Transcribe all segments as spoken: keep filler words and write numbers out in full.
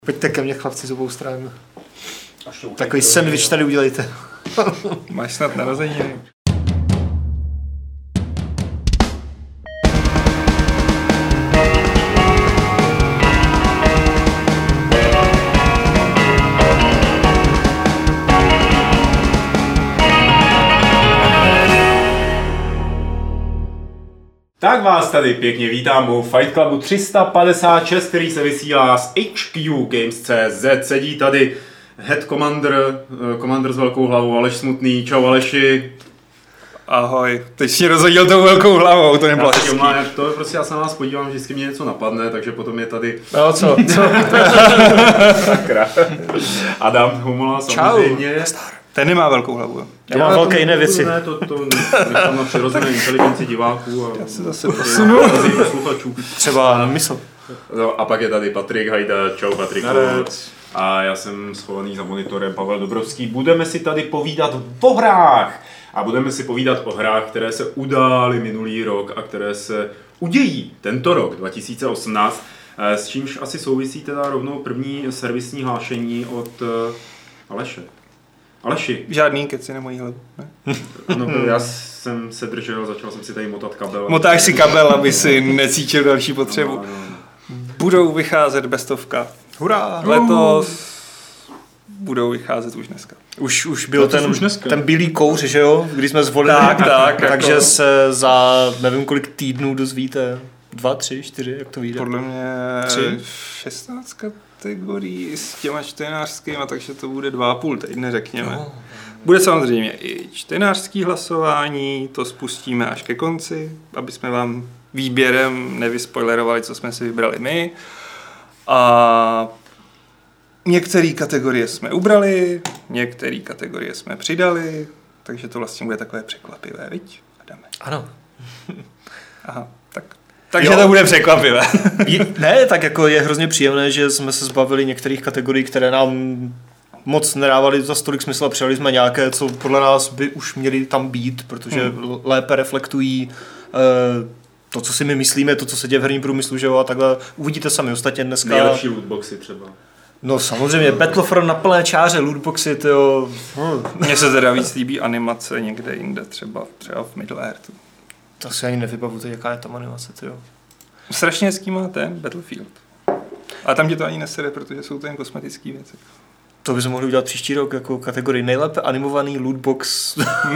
Pojďte ke mně, chlapci, z obou stran. Takový sandwich tady udělejte. Máš snad narozeniny. Tak vás tady pěkně vítám u Fight Clubu tři sta padesát šest, který se vysílá z H Q Games tečka cé zet. Sedí tady Head Commander, Commander s velkou hlavou, Aleš Smutný. Čau Aleši. Ahoj, teď si rozhodil tou velkou hlavou, to nebylo hezký. To je prostě, já se na vás podívám, vždycky mě něco napadne, takže potom je tady... No co, co? Sakra. Adam Humula samozřejmě. Čau. Ten nemá velkou hlavu. Já mám velké jiné věci. Ne, to, to nechám na přirozené inteligenci diváků a... Já se zase posunu. Posluchačů. Třeba mysl. No, a pak je tady Patrik Hajda. Čau Patriku. A já jsem schovaný za monitorem, Pavel Dobrovský. Budeme si tady povídat o hrách. A budeme si povídat o hrách, které se udály minulý rok a které se udějí tento rok, dva tisíce osmnáct. S čímž asi souvisí teda rovnou první servisní hlášení od Aleše. Aleši. Žádný keci na mojí hlavu. Ne? No, já jsem se držel, začal jsem si tady motat kabel. Motáš si kabel, aby si necítil další potřebu. No, no, no. Budou vycházet bestovka. Hurá! Letos budou vycházet už dneska. Už, už byl ten, už ten bílý kouř, že jo? Když jsme zvolili. Tak, tak. Takže jako... se za nevím kolik týdnů dozvíte. Dva, tři, čtyři, jak to vyjde? Podle mě tři? šestnáct kategorií s těma čtenářskýma, takže to bude dva a půl týdne, řekněme. No. Bude samozřejmě i čtenářský hlasování, to spustíme až ke konci, aby jsme vám výběrem nevyspoilerovali, co jsme si vybrali my. A některé kategorie jsme ubrali, některé kategorie jsme přidali, takže to vlastně bude takové překvapivé, viď? Adame. Ano. Aha, tak. Takže jo. To bude překvapivé. Ne, tak jako je hrozně příjemné, že jsme se zbavili některých kategorií, které nám moc nedávaly za stolik smysl a přidali jsme nějaké, co podle nás by už měly tam být, protože hmm. lépe reflektují uh, to, co si my myslíme, to, co se děje v herním průmyslu, že jo, a takhle uvidíte sami ostatně dneska. Nejlepší lootboxy třeba. No samozřejmě, Battlefront na plné čáře, lootboxy, tyjo. Mně se teda víc líbí animace někde jinde, třeba, třeba v Middle-earthu. To si ani nevybavuji, jaká je tam animace, tyjo. Strašně hezký má ten Battlefield. A tam tě to ani nesede, protože jsou to jen kosmetické věci. To bychom mohli udělat příští rok jako kategorii nejlépe animovaný lootbox,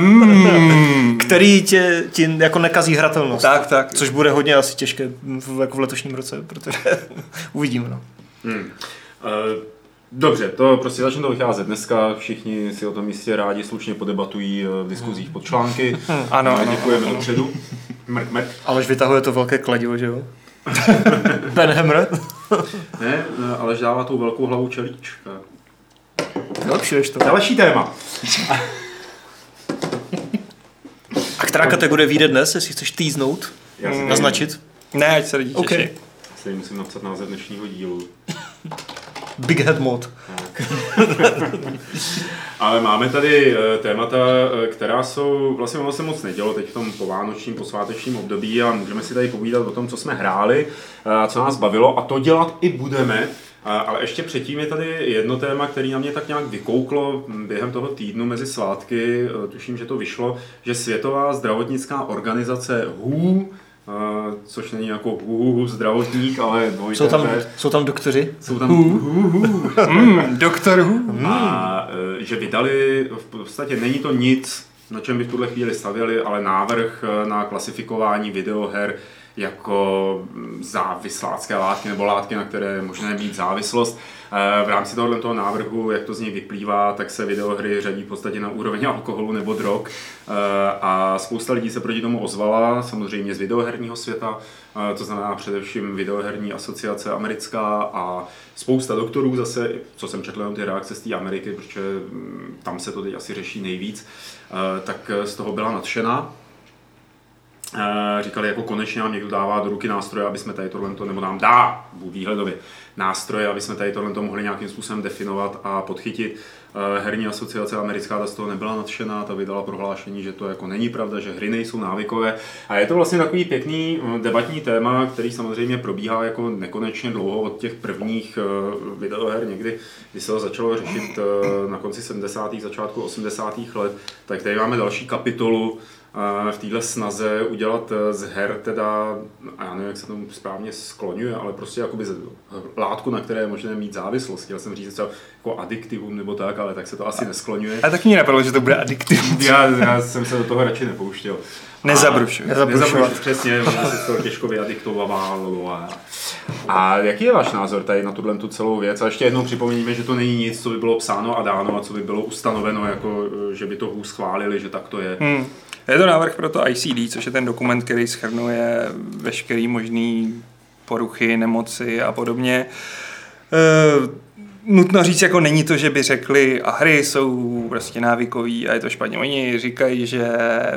mm. který tě, tě jako nekazí hratelnost. Tak, tak. Což bude hodně asi těžké v, jako v letošním roce, protože uvidíme. No. Hmm. Uh, dobře, to prostě začne to vycházet dneska, všichni si o tom jistě rádi slušně podebatují v diskuzích pod články. Ano, ano. Děkujeme dopředu. Mrk, mrk. Alež vytahuje to velké kladivo, že jo? Ben Hammer? Ne, Aleš dává tou velkou hlavu čelíčka. Vylepšuješ to. Další téma. A která kategorie vyjde dnes, jestli chceš týznout, naznačit? Ne, ať se lidi těší. Okay. Si musím napsat název dnešního dílu. Big Head Mod. Ale máme tady témata, která jsou, vlastně ono se moc nedělo teď v tom povánočním, posvátečním období a můžeme si tady povídat o tom, co jsme hráli, co nás bavilo a to dělat i budeme. Ale ještě předtím je tady jedno téma, který na mě tak nějak vykouklo během toho týdnu mezi svátky, tuším, že to vyšlo, že Světová zdravotnická organizace W H O, Uh, což není jako uh, zdravotník, ale dvojité. Jsou tam, jsou tam doktoři? Jsou tam uh, uh, uh. mm, doktor Who. A uh, že vydali, v podstatě není to nic, na čem by v tuhle chvíli stavěli, ale návrh na klasifikování videoher jako závislácké látky nebo látky, na které je možné mít závislost. V rámci tohoto návrhu, jak to z něj vyplývá, tak se videohry řadí v podstatě na úroveň alkoholu nebo drog a spousta lidí se proti tomu ozvala, samozřejmě z videoherního světa, to znamená především videoherní asociace americká a spousta doktorů zase, co jsem četl jenom ty reakce z té Ameriky, protože tam se to teď asi řeší nejvíc, tak z toho byla nadšená. říkali, jako konečně nám někdo dává do ruky nástroje, aby jsme tady tohle, nebo nám dá výhledově nástroje, aby jsme tady tohle mohli nějakým způsobem definovat a podchytit. Herní asociace americká ta z toho nebyla nadšená, ta vydala prohlášení, že to jako není pravda, že hry nejsou návykové. A je to vlastně takový pěkný debatní téma, který samozřejmě probíhá jako nekonečně dlouho od těch prvních videoher někdy, kdy se to začalo řešit na konci sedmdesátých začátku osmdesátých let. Tak tady máme další kapitolu v téhle snaze udělat z her teda, a já nevím, jak se tomu správně skloňuje, ale prostě jakoby látku, na které je možné mít závislost. Chtěl jsem říct třeba jako adiktivum nebo tak, ale tak se to asi neskloňuje. A tak mě napadlo, že to bude adiktivum. Já, já jsem se do toho radši nepouštěl. Nezabrušuj. Nezabrušovat. Přesně, možná se to těžko vyadiktovávalo. A jaký je váš názor tady na tuhle tu celou věc? A ještě jednou připomíníme, že to není nic, co by bylo psáno a dáno a co by bylo ustanoveno, jako že by to hůř schválili, že tak to je. Hmm. Je to návrh pro to I C D, což je ten dokument, který shrnuje veškerý možný poruchy, nemoci a podobně. E, nutno říct, jako není to, že by řekli, a hry jsou prostě návykový a je to špatně. Oni říkají, že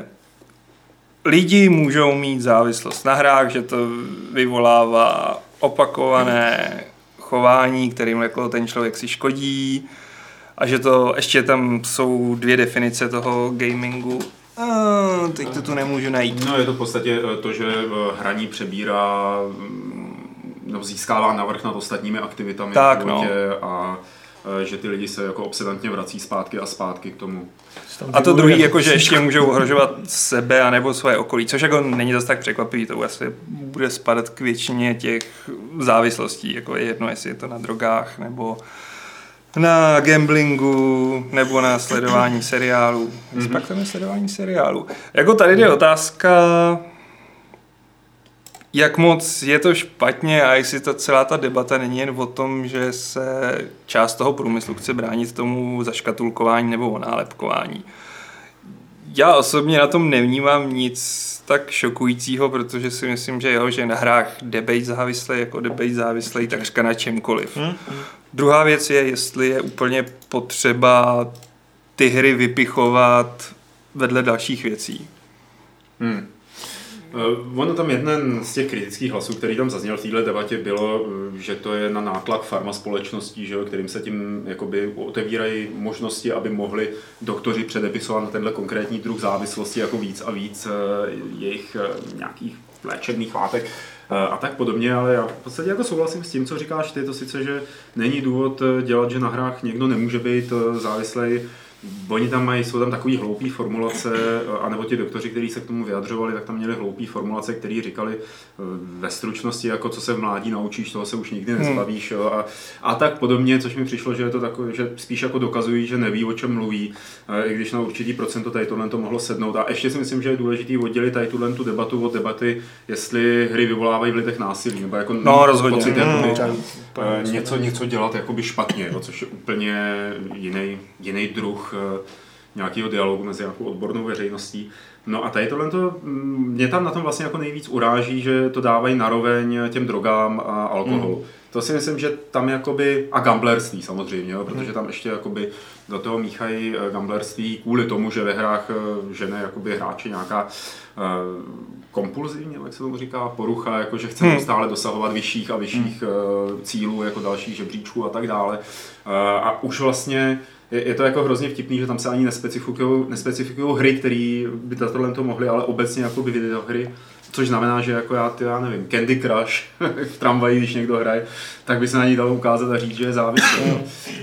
lidi můžou mít závislost na hrách, že to vyvolává opakované chování, kterým jako ten člověk si škodí a že to ještě tam jsou dvě definice toho gamingu. Ah, teď to tu nemůžu najít. No je to v podstatě to, že hraní přebírá, no, získává navrch nad ostatními aktivitami tak, v životě no. A že ty lidi se jako obsedantně vrací zpátky a zpátky k tomu. A to druhý, jako, že ještě můžou ohrožovat sebe anebo svoje okolí, což jako není zase tak překvapivý, to asi bude spadat k většině těch závislostí, jako je jedno, jestli je to na drogách nebo na gamblingu nebo na sledování seriálů. Respektujeme sledování seriálů. Jako tady jde otázka, jak moc je to špatně a jestli ta celá ta debata není jen o tom, že se část toho průmyslu chce bránit tomu zaškatulkování nebo onálepkování. Já osobně na tom nevnímám nic tak šokujícího, protože si myslím, že jo, že na hrách jde být závislej, jako jde být závislej takřka na čemkoliv. Hmm. Druhá věc je, jestli je úplně potřeba ty hry vypichovat vedle dalších věcí. Hmm. Uh, ono tam jeden z těch kritických hlasů, který tam zazněl v této debatě, bylo, že to je na nátlak farma společností, že jo, kterým se tím jakoby otevírají možnosti, aby mohli doktoři předepisovat na tenhle konkrétní druh závislosti jako víc a víc uh, jejich uh, nějakých léčebných látek uh, a tak podobně, ale já v podstatě jako souhlasím s tím, co říkáš ty, to sice, že není důvod dělat, že na hrách někdo nemůže být uh, závislej. Oni tam mají, jsou tam takový hloupý formulace, anebo ti doktoři, kteří se k tomu vyjadřovali, tak tam měli hloupý formulace, které říkali ve stručnosti, jako co se v mládí naučíš, toho se už nikdy nezbavíš, jo, a, a tak podobně, což mi přišlo, že je to takové, že spíš jako dokazují, že neví, o čem mluví, i když na určitý procento tady tohle to mohlo sednout. A ještě si myslím, že je důležitý oddělit tady tuhle tu debatu od debaty, jestli hry vyvolávají v lidech násilí, nebo jako no, rozhodně. Pocit, jako by, něco, něco dělat jakoby špatně, jo, což je úplně jiný, jiný druh nějakého dialogu mezi nějakou odbornou veřejností. No a tady tohle to, mě tam na tom vlastně jako nejvíc uráží, že to dávají naroveň těm drogám a alkoholu. Mm. To si myslím, že tam jakoby, a gamblerství samozřejmě, jo, protože tam ještě jakoby do toho míchají gamblerství kvůli tomu, že ve hrách žene jakoby hráči nějaká uh, kompulzivní, jak se tomu říká, porucha, jako že chce hmm. stále dosahovat vyšších a vyšších uh, cílů, jako dalších žebříčků a tak dále. Uh, a už vlastně je, je to jako hrozně vtipný, že tam se ani nespecifikují nespecifikují hry, které by tohle to mohly, ale obecně jako by videohry. Což znamená, že jako já, ty, já nevím, Candy Crush v tramvaji, když někdo hraje, tak by se na ní dalo ukázat a říct, že je závislý. uh,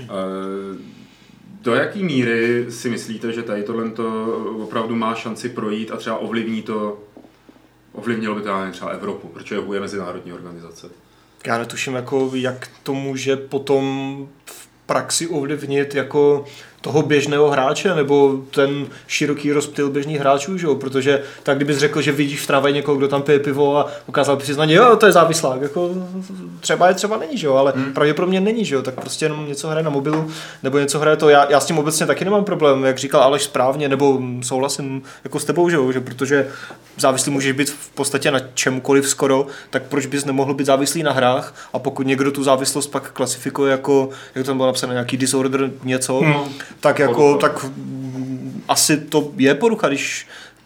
do jaký míry si myslíte, že tady tohle opravdu má šanci projít a třeba ovlivní to, ovlivnilo by to třeba Evropu, protože je mezinárodní organizace? Já netuším, jako, jak to může potom v praxi ovlivnit jako toho běžného hráče, nebo ten široký rozptyl běžných hráčů, že jo? Protože tak kdybys řekl, že vidíš v tramvaji někoho, kdo tam pije pivo a ukázal přiznaně, jo, to je závislák, jako třeba je, třeba není, že jo, ale hmm. pravděpodobně není, že jo, tak prostě jenom něco hraje na mobilu, nebo něco hraje to, já, já s tím obecně taky nemám problém, jak říkal Aleš správně, nebo souhlasím jako s tebou, že jo, že protože závislý můžeš být v podstatě na čemkoliv skoro, tak proč bys nemohl být závislý na hrách, a pokud někdo tu závislost pak klasifikuje jako, jak tam bylo napsané, nějaký disorder něco, hmm. tak jako, tak asi to je porucha, když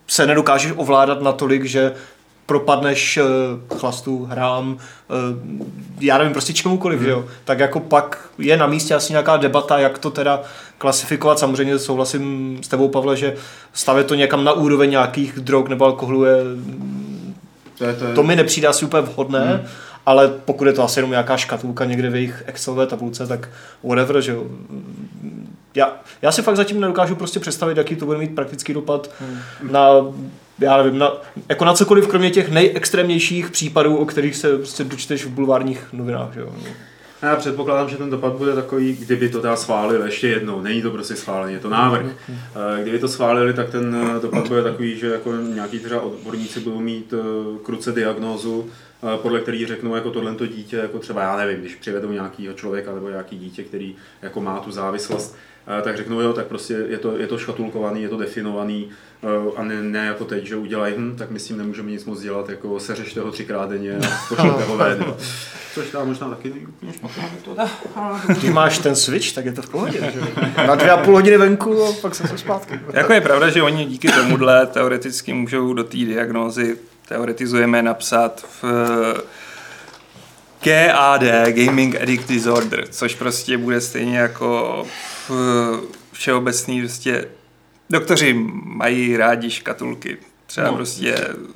se nedokážeš ovládat natolik, že propadneš uh, chlastu, hrám, uh, já nevím, prostě čemukoliv, hmm. jo. Tak jako pak je na místě asi nějaká debata, jak to teda klasifikovat. Samozřejmě souhlasím s tebou, Pavle, že stavět to někam na úroveň nějakých drog nebo alkoholu je... To, je, to, je... to mi nepřijde asi úplně vhodné, hmm. ale pokud je to asi jenom nějaká škatulka někde v jejich Excelové tabulce, tak whatever, že jo. Já, já si fakt zatím nedokážu prostě představit, jaký to bude mít praktický dopad hmm. na, já nevím, na, jako na cokoliv, kromě těch nejextrémnějších případů, o kterých se prostě dočteš v bulvárních novinách, že jo. Já předpokládám, že ten dopad bude takový, kdyby to teda schválili ještě jednou, není to prostě schválený, je to návrh. Kdyby to schválili, tak ten dopad bude takový, že jako nějaký třeba odborníci budou mít kruce diagnózu, podle který řeknou, jako tohleto dítě, jako třeba já nevím, když přivedou nějakého člověka nebo nějaký dítě, který jako má tu závislost, tak řeknou, jo, tak prostě je to, je to škatulkovaný, je to definovaný a ne, ne jako teď, že udělají, hm, tak my s tím nemůžeme nic moc dělat, jako seřešte ho třikrát denně a pošlete ho ven. Což tam možná taky nejde. Když máš ten switch, tak je to v pohodě. Na dvě a půl hodiny venku a pak se zpátky. Jako je pravda, že oni díky tomuhle teoreticky můžou do té diagnózy, teoretizujeme, napsat v G A D, Gaming Addict Disorder, což prostě bude stejně jako všeobecný, prostě doktoři mají rádi škatulky. Třeba no. prostě,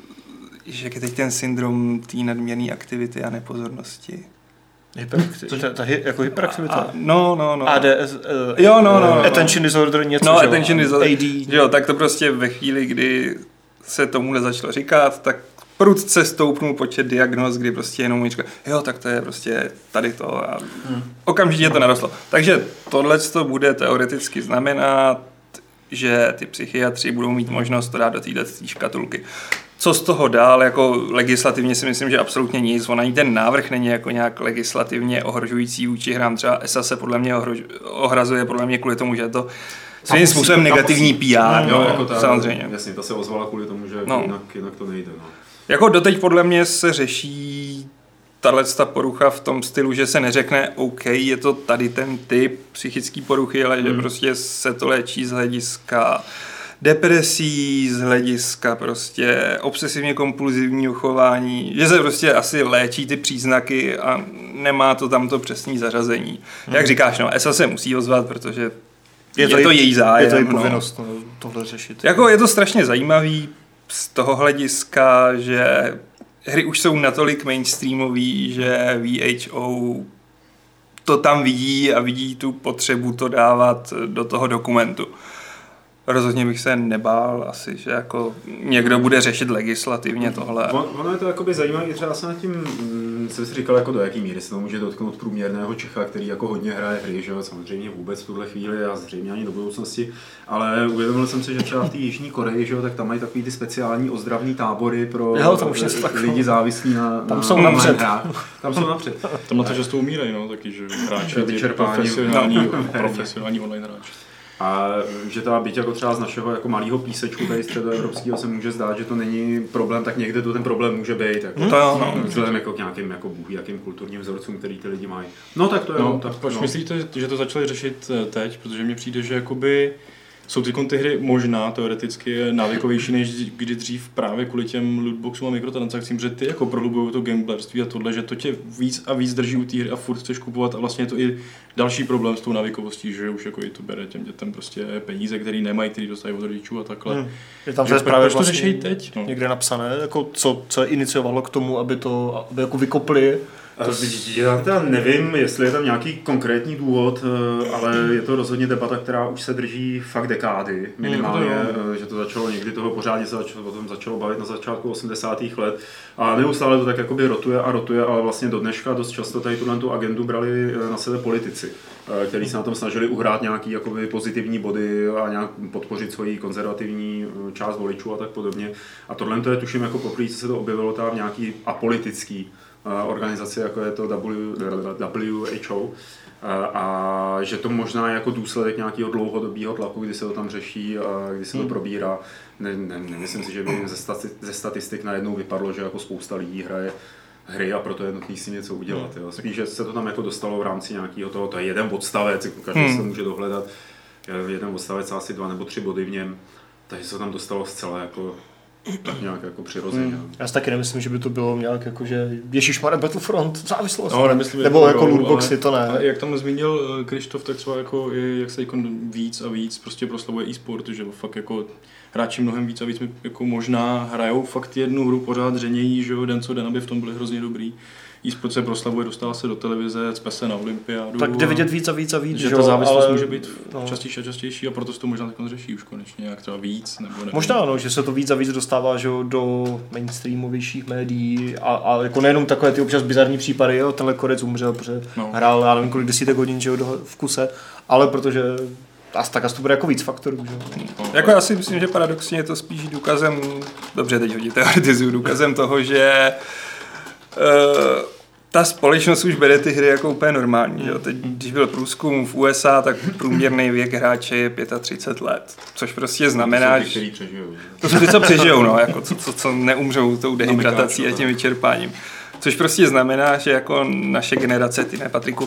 jak je teď ten syndrom té nadměrné aktivity a nepozornosti. Hyperaktivita, ta, ta, jako hyperaktivita? A, no, no, no. A D S, uh, jo, no, no, attention disorder, něco, no, že attention disorder, A D. jo, tak to prostě ve chvíli, kdy se tomuhle začalo říkat, tak prudce stoupnul počet diagnóz, kdy prostě jenom říká, jo, tak to je prostě tady to a hmm. okamžitě to narostlo. Takže tohle to bude teoreticky znamenat, že ty psychiatři budou mít možnost to dát do této škatulky. Co z toho dál, jako legislativně si myslím, že absolutně nic. On ani ten návrh není jako nějak legislativně ohrožující vůči hrám. Třeba E S A se podle mě ohrož, ohrazuje podle mě kvůli tomu, že je to svým způsobem negativní P R, no, jako ta, samozřejmě. Jasně, ta se ozvala kvůli tomu, že no. jinak, jinak to nejde. No. Jako doteď podle mě se řeší tato porucha v tom stylu, že se neřekne OK, je to tady ten typ psychický poruchy, ale hmm. že prostě se to léčí z hlediska depresí, z hlediska prostě obsesivně kompulzivního chování, že se prostě asi léčí ty příznaky a nemá to tam to přesné zařazení. Hmm. Jak říkáš, no, E S A se musí ozvat, protože je to, je to její zájem. Je to její povinnost no. tohle řešit. Jako je to strašně zajímavý z toho hlediska, že hry už jsou natolik mainstreamový, že V H O to tam vidí a vidí tu potřebu to dávat do toho dokumentu. Rozhodně bych se nebál asi, že jako někdo bude řešit legislativně tohle. On, ono je to jakoby zajímavé, třeba jsem nad tím, jsem si říkal, jako do jaký míry se to může dotknout průměrného Čecha, který jako hodně hraje hry, že jo, samozřejmě vůbec v tuhle chvíli a zřejmě ani do budoucnosti, ale uvědomil jsem si, že třeba v té Jižní Koreji, že jo, tak tam mají takový ty speciální ozdravný tábory pro jo, tam už lidi závislí na, tam na, jsou na napřed. hrách. Tam jsou napřed. Tam na to často umírají, no, taky, že hráči, profesionální, profesionální online hráči. A že ta byť jako třeba z našeho jako malého písečku tady středoevropského se může zdát, že to není problém, tak někde to ten problém může být. Jako, to jo, no. Vzhledem jako k nějakým jako bůh, jakým kulturním vzorcům, který ty lidi mají. No tak to je. No, tak, proč no. myslíte, že to začali řešit teď? Protože mně přijde, že jakoby jsou ty ty hry možná teoreticky návykovější než kdy dřív právě kvůli těm lootboxům a mikrotransakcím, protože ty jako prohlubují to gamblerství a tohle, že to tě víc a víc drží u té hry a furt chceš kupovat a vlastně je to i další problém s tou návykovostí, že už jako i to bere těm dětem prostě peníze, který nemají, který dostávají od rodičů a takhle. Hmm. Je tam právě proč to vlastně řeší teď? No. Někde napsané, jako co, co iniciovalo k tomu, aby to aby jako vykopli. To... Já teda nevím, jestli je tam nějaký konkrétní důvod, ale je to rozhodně debata, která už se drží fakt dekády minimálně, mm, že to začalo někdy toho pořádně se začalo, potom začalo bavit na začátku osmdesátých let a neustále to tak jakoby rotuje a rotuje, ale vlastně do dneška dost často tady tu agendu brali na sebe politici, kteří se na tom snažili uhrát nějaký jakoby pozitivní body a nějak podpořit svoji konzervativní část voličů a tak podobně. A tohle to je tuším jako poprvé, co se to objevilo tam v nějaký apolitický organizace, jako je to W H O, a že to možná je jako důsledek nějakého dlouhodobého tlaku, kdy se to tam řeší a kdy se to probírá. Ne, ne, nemyslím si, že by ze, stati, ze statistik najednou vypadlo, že jako spousta lidí hraje hry a proto je nutné si něco udělat. Jo. Spíš, že se to tam jako dostalo v rámci nějakého toho, to je jeden odstavec, každý hmm. se může dohledat, jeden odstavec asi dva nebo tři body v něm. Takže se tam dostalo zcela jako tak nějak jako přirozeně. Hmm. Já si taky nemyslím, že by to bylo nějak jako, že ježišmarja Battlefront, závislost. No, nemyslím, nebo jako budou, lootboxy, to ne. Jak tam zmínil Krištof, tak třeba jako, jak se jako víc a víc prostě proslavuje e-sport, že fakt jako hráči mnohem víc a víc mi jako možná hrajou fakt jednu hru pořád řenějí, že jo, den co den, aby v tom byli hrozně dobrý. E-sport se proslavuje, dostává se do televize, cpe se na olympiádu. Tak jde vidět víc a víc a víc, že ta závislost ale... může být no. častější a častější a proto se to možná takhle řeší už konečně nějak třeba víc. Nebo nevím. Možná no, že se to víc a víc dostává že, do mainstreamovějších médií a, a jako nejenom takové ty občas bizarní případy, jo, tenhle Korec umřel, protože no. hrál já nevím kolik desítek hodin že jo, do, v kuse, ale protože asi tak asi to bude jako víc faktorů. Že? No, jako já si myslím, že paradoxně je to spíš důkazem, dobře teď hodně teoretizuju, důkazem toho, že uh, ta společnost už bere ty hry jako úplně normální. Že? Teď, když byl průzkum v U S A, tak průměrný věk hráče je třicet pět let. Což prostě znamená, to jsou ty, že... To jsou ty, co přežijou, no, jako co, co, co neumřou tou dehydratací a tím vyčerpáním. Což prostě znamená, že jako naše generace, ty ne, Patriku.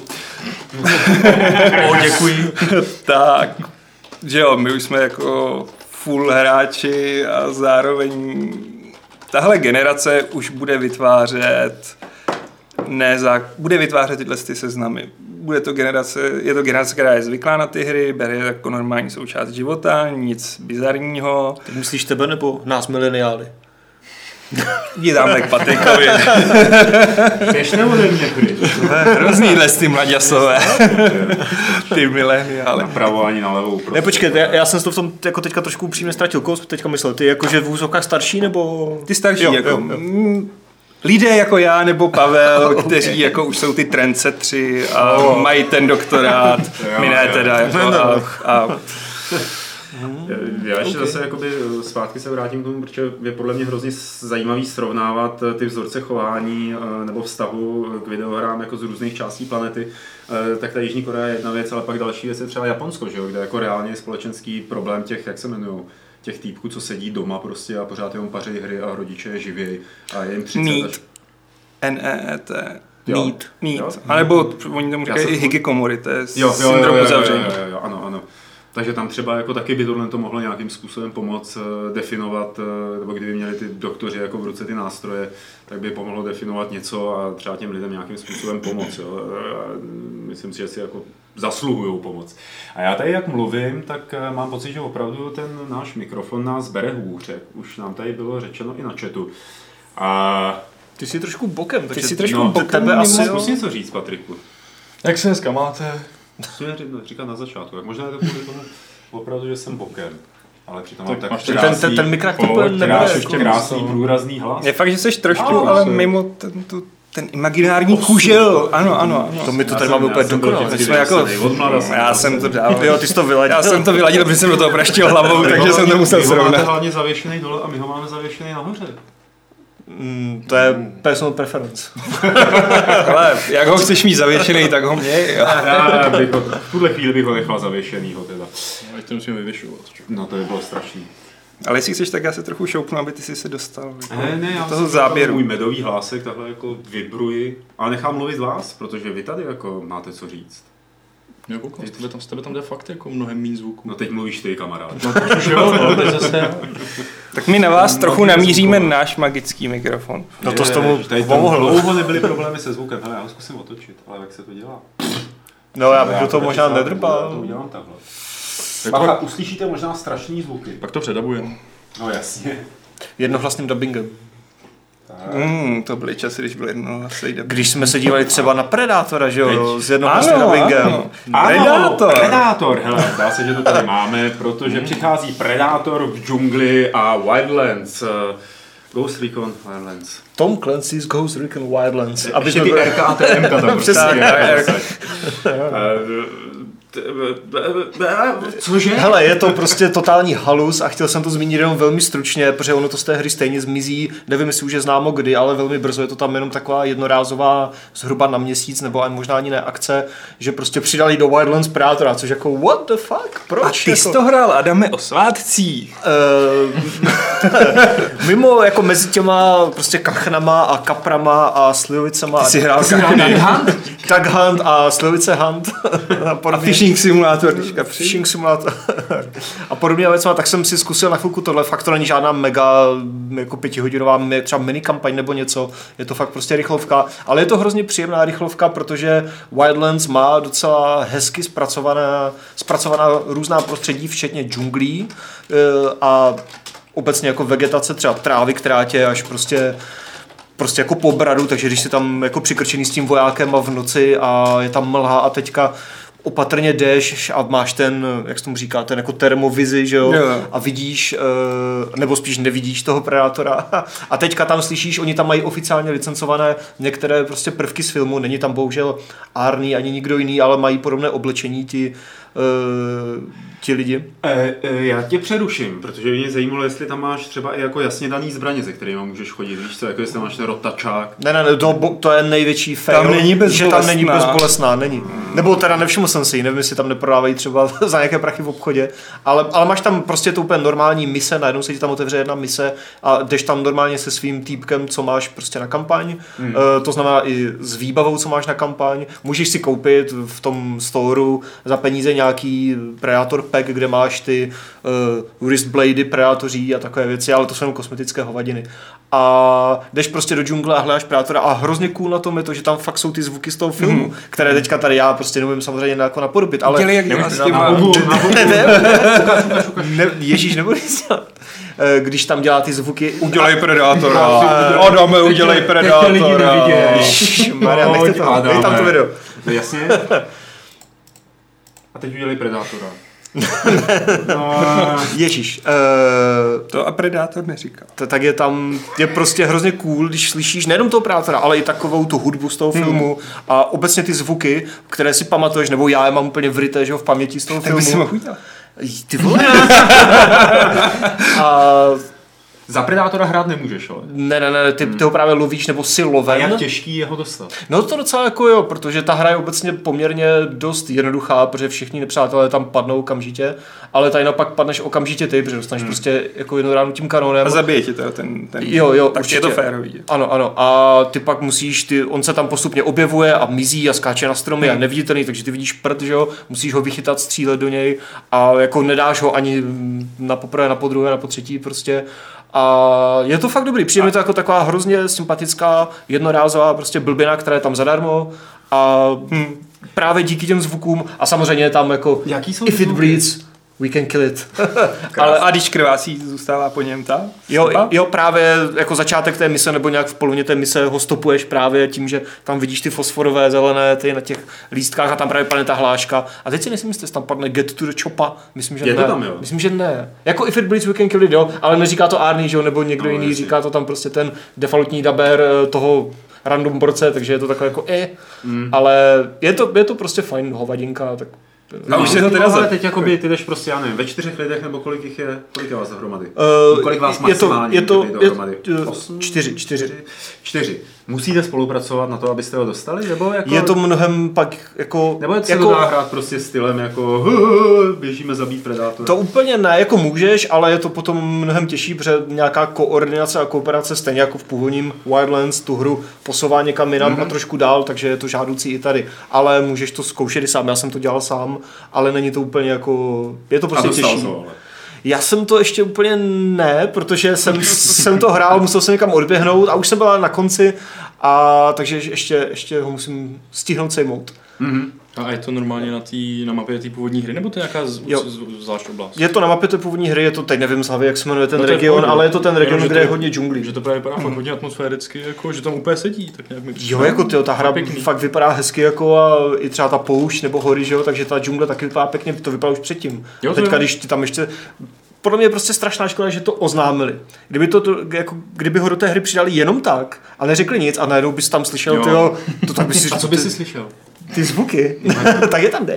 O, děkuji. Tak, že jo, my už jsme jako full hráči a zároveň tahle generace už bude vytvářet ne za, bude vytvářet tyhle ty seznamy. Bude to generace, je to generace, která je zvyklá na ty hry, bere jako normální součást života, nic bizarního. Ty myslíš tebe nebo nás mileniály? Jdi tam tak Patrikovi. Běžné ode mě hry. Hrozný les ty mlaďasové. Ty mileniály. Napravo ani nalevo. Ne, počkej, já, já jsem to v tom jako teďka trošku upřímně ztratil. Koho jsi teďka myslel? Ty jakože v úzovkách starší nebo... Ty starší, jo, jako... Jo, jo. Lidé jako já nebo Pavel, okay. Kteří jako už jsou ty trendsetři a oh. mají ten doktorát, my ne teda. Jako, a, a... Já ještě okay. zase jakoby zpátky se vrátím k tomu, protože je podle mě hrozně zajímavý srovnávat ty vzorce chování nebo vztahu k videohrám jako z různých částí planety. Tak ta Jižní Korea je jedna věc, ale pak další věc je třeba Japonsko, že jo? Kde jako reálně je společenský problém těch, jak se jmenujou, těch týpků, co sedí doma prostě a pořád jenom paří hry a rodiče je živěj a je jim třicet Neat. Až... N E E T. Neat. Neat. A nebo oni tomu říkají i hikikomori, to je jo, syndrom uzavření. Jo, jo, jo, ano, ano. Takže tam třeba jako taky by tohle to mohlo nějakým způsobem pomoct definovat, nebo kdyby měli ty doktoři jako v ruce ty nástroje, tak by pomohlo definovat něco a třeba těm lidem nějakým způsobem pomoct. Jo. Myslím si, že si jako zasluhují pomoc. A já tady jak mluvím, tak mám pocit, že opravdu ten náš mikrofon nás bere hůř. Už nám tady bylo řečeno i na chatu. A ty jsi trošku bokem. Ty takže jsi trošku no, bokem. Tebe asi zkus něco říct, Patriku. Jak se dneska máte? Musím říkat na začátku. Jak možná je to kvůli tomu opravdu, že jsem bokem. Ale přitom mám tak krásný, ten, ten, ten mikrofon krásný, krásný, krásný průrazný hlas. Je fakt, že jsi trošku, oh, ale mimo ten, tu, ten imaginární kužel. Ano, ano, ano. To my to tady máme úplně dokonale. Jako, já jsem to dál. Jo, ty jsi to vyladil. Já jsem to vyladil, protože jsem do toho praštil hlavou, takže jsem to musel srovnat. My ho máme hlavně zavěšený dole a my ho máme zavěšený nahoře. Mm, to je personal preference. Ale jak ho chceš mít zavěšený, tak ho měj. Já bych ho, v tuhle chvíli bych ho nechal zavěšenýho teda. Ale to musíme vyvěšovat. No to by bylo strašný. Ale jestli chceš, tak já se trochu šoupnu, aby ty si se dostal jako ne, ne, já toho záběru. Můj medový hlásek takhle jako vibruji, ale nechám mluvit vás, protože vy tady jako máte co říct. Jo, koukám, z tebe tam, z tebe tam jde fakt jako mnohem méně zvuků. No teď mluvíš ty, kamarád. No to už jo, no, teď zase... Tak my na vás no, trochu namíříme zvukové. Náš magický mikrofon. No to s tomu pomohlo. Dlouho nebyly problémy se zvukem, hele, já ho zkusím otočit, ale jak se to dělá? No já bych do toho možná nedrbal. Já to udělám takhle. Bacha, uslyšíte možná strašný zvuky. Pak to předabujem. No jasně. Jednohlasným dubbingem. Mm, to byly časy, když byl jednohlasný dubbing. Když jsme se dívali třeba na Predátora, že jo, s jednohlasným dubbingem. Ano, Predátor. Predátor, hele, dá se, že to tady máme, protože přichází Predátor v džungli a Wildlands. Ghost Recon Wildlands. Tom Clancy's Ghost Recon Wildlands. Aby ještě ty R K a T M ka tam prostě. Cože? Hele, je to prostě totální halus a chtěl jsem to zmínit jenom velmi stručně, protože ono to z té hry stejně zmizí, nevím, jestli už je známo kdy, ale velmi brzo je to tam jenom taková jednorázová zhruba na měsíc, nebo ani možná ani ne akce, že prostě přidali do Wildlands Predátora, což jako what the fuck, proč? A ty jsi to hrál, Adame, o svátcích. Uh, mimo jako mezi těma prostě kachnama a kaprama a slivicema. Ty jsi hrál Duck Hunt? Duck Hunt a slivice Hunt. A Fishing Simulator, když kapři. Fishing Simulator. A podobně věcma, tak jsem si zkusil na chvilku tohle. Fakt to není žádná mega jako pětihodinová třeba mini kampaň nebo něco. Je to fakt prostě rychlovka. Ale je to hrozně příjemná rychlovka, protože Wildlands má docela hezky zpracovaná, zpracovaná různá prostředí, včetně džunglí a obecně jako vegetace, třeba trávy, která tě až prostě prostě jako po bradu, takže když jsi tam jako přikrčený s tím vojákem a v noci a je tam mlha a teďka opatrně jdeš a máš ten, jak se tomu říká, ten jako termovizi, že jo, jo. A vidíš, nebo spíš nevidíš toho predátora a teďka tam slyšíš, oni tam mají oficiálně licencované některé prostě prvky z filmu, není tam bohužel Arnie ani nikdo jiný, ale mají podobné oblečení ti Uh, ti lidi. E, e, já tě přeruším, protože mě zajímalo, jestli tam máš třeba i jako jasně daný zbraně, ze kterými můžeš chodit, víš co, jako jestli tam máš ten rotačák. Ne, ne, ne, to, to je největší fail, tam není že tam není bezbolestná, není. Nebo teda nevšiml jsem si, nevím, jestli tam neprodávají třeba za nějaké prachy v obchodě, ale, ale máš tam prostě to úplně normální mise, najednou se ti tam otevře jedna mise a jdeš tam normálně se svým týpkem, co máš prostě na kampaň, hmm. uh, to znamená i s výbavou, co máš na kampaň, můžeš si koupit v tom storu za peníze nějaký Predator pack, kde máš ty uh, wristblady predátoří a takové věci, ale to jsou jenom kosmetické hovadiny. A jdeš prostě do džungle a hledáš predátora a hrozně cool na tom je to, že tam fakt jsou ty zvuky z toho filmu, mm. které teďka tady já prostě nevím samozřejmě jako napodobit, ale... Dělej, jak děláš s těma... Ježíš, nebudu dělat. Když tam dělá ty zvuky... Udělej predátora. Adame, udělej predátora. Maria, nechte to, dej tam to video. No jasně. A teď udělej predátora. No. Ježíš. Uh, to a predátor neříkal. To, tak je tam, je prostě hrozně cool, když slyšíš nejenom toho predátora, ale i takovou tu hudbu z toho hmm. filmu a obecně ty zvuky, které si pamatuješ, nebo já je mám úplně vryté, že ho, v paměti z toho tak filmu. Tak by si mohl udělat. Ty vole. A za predátora hrát nemůžeš, ale. Ne, ne, ne, ty, ty ho právě lovíš nebo si loven. A jak těžký je ho dostat? No to docela jako jo, protože ta hra je obecně poměrně dost jednoduchá, protože všichni nepřátelé tam padnou okamžitě, ale tady naopak padneš okamžitě ty, protože dostaneš hmm. prostě jako jednou ránu tím kanónem. A zabije ti to ten, ten jo, jo, tak určitě. Je to férový. Ano, ano. A ty pak musíš, ty, on se tam postupně objevuje a mizí a skáče na stromy hmm. a neviditelný, takže ty vidíš prd, že jo, musíš ho vychytat, střílet do něj a jako nedáš ho ani na poprvé, na podruhé, na potřetí prostě. A je to fakt dobrý, přijde mi to jako taková hrozně sympatická, jednorázová prostě blbina, která je tam zadarmo a hm, právě díky těm zvukům a samozřejmě tam jako jaký jsou if it bleeds, we can kill it. Ale a když krvásí, zůstává po něm ta? Jo, jo, právě jako začátek té mise nebo nějak v polovině té mise ho stopuješ právě tím, že tam vidíš ty fosforové zelené ty na těch lístkách a tam právě padne ta hláška. A teď si nejsem jistý, jestli tam padne get to the chopper. Myslím, že je ne. To tam, jo? Myslím, že ne. Jako if it bleeds, we can kill it, jo, ale neříká to Arnie, že jo, nebo někdo no, jiný, jestli. Říká to tam prostě ten defaultní daber toho random borce, takže je to takové jako eh, mm. ale je to, je to prostě fajn hovadinka, tak no, už se to teda ale teď jakoby ty jdeš prostě, já nevím, ve čtyřech lidech nebo kolik jich je, kolik je vás dohromady? Uh, kolik vás maximálně je to, je to, dohromady? Je, Osm, čtyři, čtyři. Čtyři. Musíte spolupracovat na to, abyste ho dostali? Nebo jako, je to mnohem pak jako... Nebo se jako, to dá hrát prostě stylem jako běžíme zabít predátora? To úplně ne, jako můžeš, ale je to potom mnohem těžší, protože nějaká koordinace a kooperace stejně jako v původním Wildlands tu hru posouvá někam jinam mm-hmm. a trošku dál, takže je to žádoucí i tady. Ale můžeš to zkoušet i sám, já jsem to dělal sám, ale není to úplně jako... Je to prostě těžší. To, ale. Já jsem to ještě úplně ne, protože jsem, jsem to hrál, musel jsem někam odběhnout a už jsem byl na konci, a takže ještě, ještě ho musím stihnout sejmout. Mm-hmm. A je to normálně na, tý, na mapě té původní hry, nebo to je nějaká z, z, zvlášť oblast? Je to na mapě té původní hry, je to, teď nevím z hlavy, jak se jmenuje ten no region, pohodě, ale je to ten region, jenom, kde je hodně džunglí. Že to právě vypadá mm. fakt hodně atmosféricky, jako, že tam úplně sedí. Tak nějak mi jo, jako tyjo, ta hra pěkný. Fakt vypadá hezky, jako a i třeba ta poušť nebo hory, že jo, takže ta džungle taky vypadá pěkně, to vypadá už předtím. Jo, a teďka, když ty tam ještě... Podle mě je prostě strašná škoda, že to oznámili. Kdyby, to, to, jako, kdyby ho do té hry přidali jenom tak a neřekli nic a najednou bys tam slyšel, tyjo, to tak bys si... A co bys si slyšel? Ty zvuky. Tak je tam dej.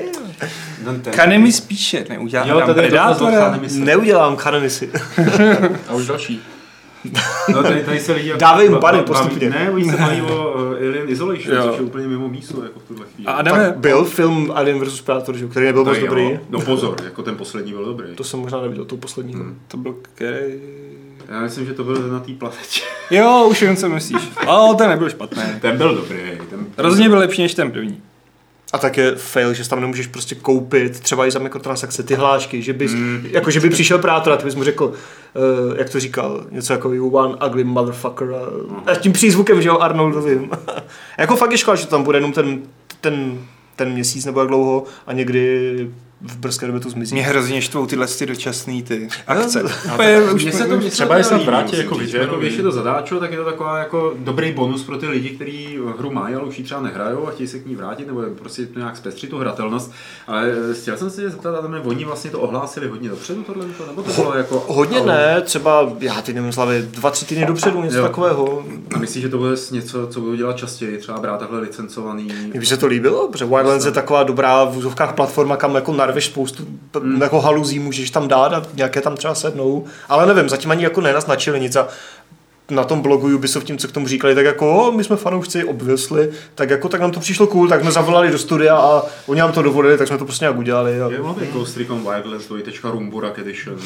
Kanemi spíše, neudělám jo, tam predátora. Neudělám kanemisy. A už další. No tady, tady se lidi... Dávej jim bany postupně. Ne, oni se baví o Alien Isolation, což je úplně mimo místo jako v tuhle chvíli. A Adame, Tak byl film Alien versus. Predator, že? Který nebyl moc dobrý. No pozor, jako ten poslední byl dobrý. To jsem možná neviděl, tou poslední. Hmm. to byl který... Já myslím, že to byl ten na té planetě. Jo, už jen co myslíš. Ale ten nebyl špatný. Ten byl dobrý. Ten... Rozhodně byl lepší než ten první. A tak je fail, že tam nemůžeš prostě koupit třeba i za mikrotransakce ty hlášky, že bys, mm. jako že by přišel Predator a ty bys mu řekl, uh, jak to říkal, něco jako you one ugly motherfucker a, a tím přízvukem, že jo, Arnoldovým. Jako fakt je škoda, že tam bude jenom ten, ten, ten měsíc nebo jak dlouho a někdy v brzké době to zmizí. Mě hrozně štvou tyhle ty dočasný ty akce. Mně se to třeba je snad vrátí jako víc, jako když je to zadáčo, tak je to taková jako dobrý bonus pro ty lidi, kteří hru mají, ale už ji třeba nehrajou a chtějí se k ní vrátit, nebo prostě to nějak zpestřit tu hratelnost. Ale chtěl jsem se zeptat, a oni vlastně to ohlásili hodně dopředu tohle, nebo to bylo jako... Hodně ale... ne, třeba, já teď nevím slavě, dva, tři týdny dopředu, něco jo. takového. A myslíš, že to bude něco, co budou dělat častěji, třeba brát takhle licencovaný... Mně by se to líbilo, protože Wildlands je taková dobrá v úzovkách platforma, kam jako narveš spoustu hmm. jako haluzí, můžeš tam dát a nějaké tam třeba sednou, ale nevím, zatím ani jako nenaznačili nic a na tom blogu Ubisoft tím, co k tomu říkali, tak jako o, my jsme fanoušci, obvysli, tak jako tak nám to přišlo cool, tak jsme zavolali do studia a oni nám to dovolili, tak jsme to prostě nějak udělali. A... Je mluví Ghost Recon Wildlands dvojtečka Rumburak Edition.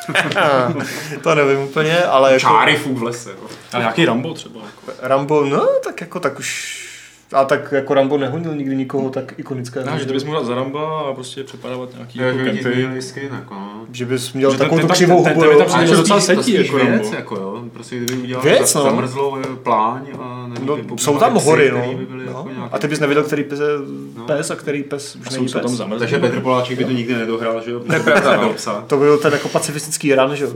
To nevím úplně, ale jako... Čáry fuk v lese. A nějaký Rambo třeba. Jako. Rambo, no tak jako tak už... A tak jako Rambo nehonil nikdy nikoho tak ikonické. No, že to bys mohl dát za Ramba a prostě přepadávat nějaký jako kempy. Jako, no. Že bys měl že takovou ten, tu křivou ten, hubu. ten, ten, ten, ten, to docela spíš, setí to spíš jako věc, Rambo. jako jo. Prostě kdyby udělal věc, za, no. zamrzlou pláň a nevím, no, jsou tam hory, no. By no. jako a ty bys nevěděl, který pes, no. pes a který pes už není pes. Tam takže Petr Poláček by to nikdy nedohrál, že jo? To byl ten jako pacifistický ran, že jo.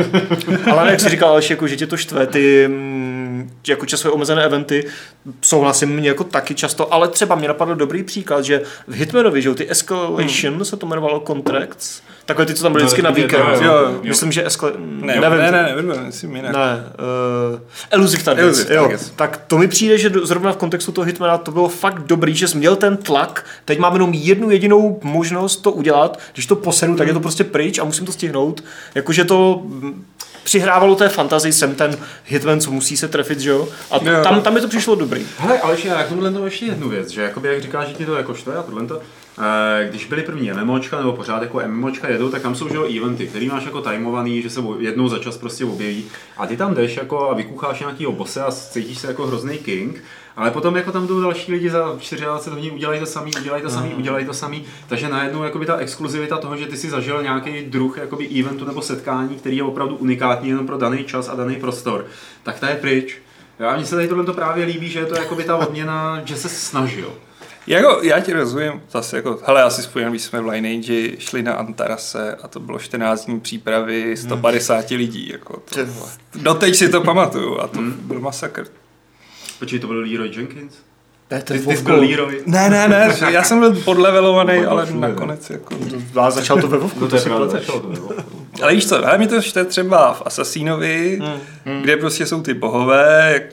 Ale jak jsi říkal, Aleš, jako, že tě to štve, ty jako časově omezené eventy, souhlasím mě jako taky často, ale třeba mě napadl dobrý příklad, že v Hitmanovi, že jo, ty Escalation hmm. se to jmenovalo Contracts, takové ty, co tam byly vždycky na víkend. Jo, jo. Myslím, že Escal... Ne, nevím, ne, ne, nevím, myslím jinak. Ne, uh, Elusive Targets, jo. Tak to mi přijde, že zrovna v kontextu toho Hitmana to bylo fakt dobrý, že jsi měl ten tlak, teď mám jenom jednu jedinou možnost to udělat, když to posedu, tak je to prostě pryč a musím to stihnout, jakože to... přihrávalo té fantazii, jsem ten hitman, co musí se trefit, že jo? A t- tam, tam mi to přišlo dobrý. Hele, ale já k tomuhle to ještě jednu věc, že jakoby, jak říkáš, že ti to jako štve a tohle to, eh, když byly první MMOčka nebo pořád jako MMOčka jedou, tak tam jsou že jo eventy, který máš jako timovaný, že se jednou za čas prostě objeví a ty tam jdeš jako a vykucháš nějakýho bose a cítíš se jako hrozný king. Ale potom jako tam jdou další lidi za dvacet čtyři hodin, udělají to samý, udělají to samý, mm. udělají to samý. Takže najednou jakoby ta exkluzivita toho, že ty si zažil nějaký druh jakoby eventu nebo setkání, který je opravdu unikátní jenom pro daný čas a daný prostor, tak ta je pryč. Já mně se tady tohle to právě líbí, že je to jakoby ta odměna, že se snažil. Jako, já ti rozumím, zase jako, hele, já si spojím, když jsme v Lineage šli na Antarase a to bylo čtrnáct dní přípravy sto padesát hmm. lidí, jako to, doteď si to pamatuju a to hmm. byl masakr. Počkej, to byl Leroy Jenkins? Ne, ty, ty jsi byl Leroy? Ne, ne, ne, já jsem byl podlevelovaný, ale nakonec jako... A začal to ve Vovku, no, to si pleteš. Ale víš co, hele, mi to štve třeba v Assassinovi, hmm. kde prostě jsou ty bohové, jak...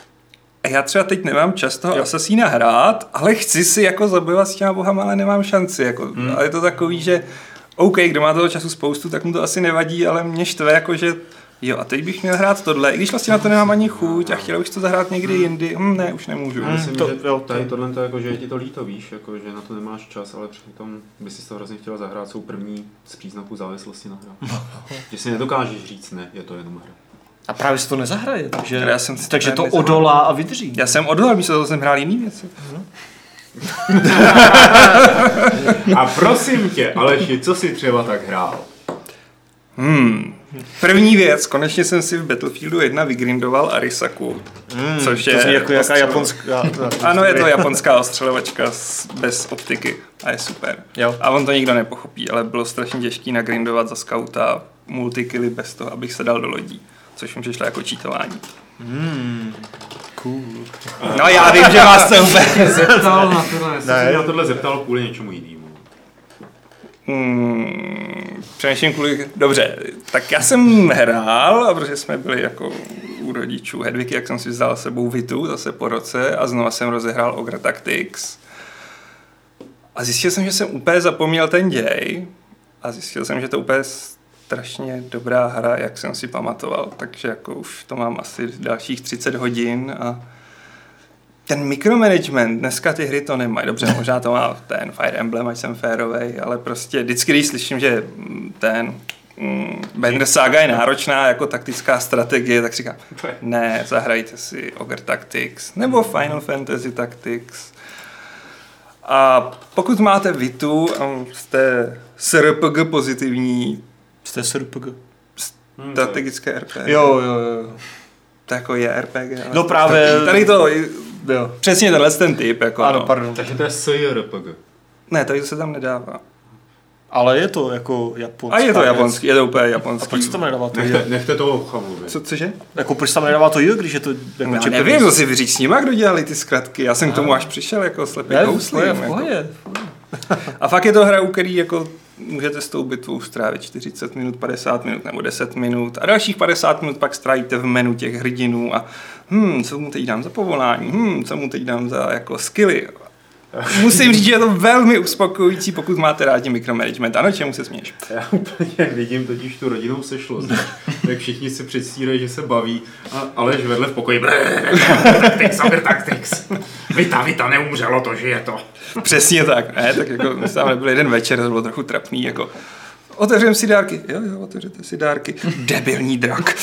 Já třeba teď nemám čas toho Assassina hrát, ale chci si jako zabývat s těma bohama, ale nemám šanci. Jako. Hmm. Ale je to takový, že OK, kdo má toho času spoustu, tak mu to asi nevadí, ale mě štve jako, že jo, a teď bych měl hrát tohle, i když vlastně na to nemám ani chuť a chtěl bych to zahrát někdy jindy, hm, ne, už nemůžu. Hmm, myslím, to, že jo, tady tohle to jako, že je ti to líto, víš, jako, že na to nemáš čas, ale přitom by si to hrozně chtěla zahrát, jsou první z příznaků závislosti na hra. Že si nedokážeš říct ne, je to jenom hra. A právě se to nezahraje, takže, já jsem takže to odolá a vydrží. Já jsem odolal, místo toho jsem hrál jiný věci. A prosím tě, Aleši, co jsi třeba tak hrál? Hmm. První věc, konečně jsem si v Battlefieldu jedna vygrindoval Arisaku, hmm, což je... To zní jako jaká japonská... Ano, je to japonská ostřelovačka bez optiky a je super. Jo. A on to nikdo nepochopí, ale bylo strašně těžký nagrindovat za skauta multikilly bez toho, abych se dal do lodí, což mi přišlo jako cheatování. Hmm. Cool. No já vím, že vás to úplně zeptal na tohle, jsem se na tohle zeptal kvůli něčemu jinému. Hmm, přemýšlím kvůli... Dobře, tak já jsem hrál, a protože jsme byli jako u rodičů Hedviky, jak jsem si vzal s sebou Vitu zase po roce a znova jsem rozehrál Ogre Tactics. A zjistil jsem, že jsem úplně zapomněl ten děj a zjistil jsem, že to úplně strašně dobrá hra, jak jsem si pamatoval, takže jako už to mám asi dalších třicet hodin a ten mikromanagement, dneska ty hry to nemají. Dobře, možná to má ten Fire Emblem, ať jsem férovej, ale prostě vždycky, když slyším, že ten mm, Banner Saga je náročná jako taktická strategie, tak říkám, ne, zahrajte si Ogre Tactics nebo Final Fantasy Tactics. A pokud máte Vitu a jste S R P G pozitivní, Jste S R P G. strategické R P G. Jo, jo, jo. To jako je R P G. No právě... Tady to, jo. přesně tenhle ten typ. Jako, Ano, no. pardon. Takže to je S R P G. Ne, tady se tam nedává. Ale je to jako japonský. A je to japonský, je to úplně japonský. A proč se tam nedává to Nechte, J? nechte toho chavu, vy. Co, cože? Jako proč se tam nedává to J, když je to jako Já Japanese? nevím, co si vyříct s nima, kdo dělali ty zkratky. Já jsem k tomu až přišel jako slepý Ne, kouslim. v Jako. pohodě. A fakt je to hra, u který jako můžete s tou bitvou strávit čtyřicet minut, padesát minut nebo deset minut a dalších padesát minut pak strávíte v menu těch hrdinů a hm, co mu teď dám za povolání, hm, co mu teď dám za jako skilly. Musím říct, že je to velmi uspokojující, pokud máte rádi mikromanagement. Ano, čemu se směješ? Já úplně vidím totiž tu rodinnou sešlost, jak všichni si předstírají, že se baví, a Aleš vedle v pokoji. Tactics, Ogre Tactics. Vita, Vita, neumřelo to, že je to. Přesně tak, ne? Tak jako my jsme tam nebyli jeden večer, to bylo trochu trapný, jako otevřeme si dárky. Jo, jo, otevřete si dárky. Debilní drak.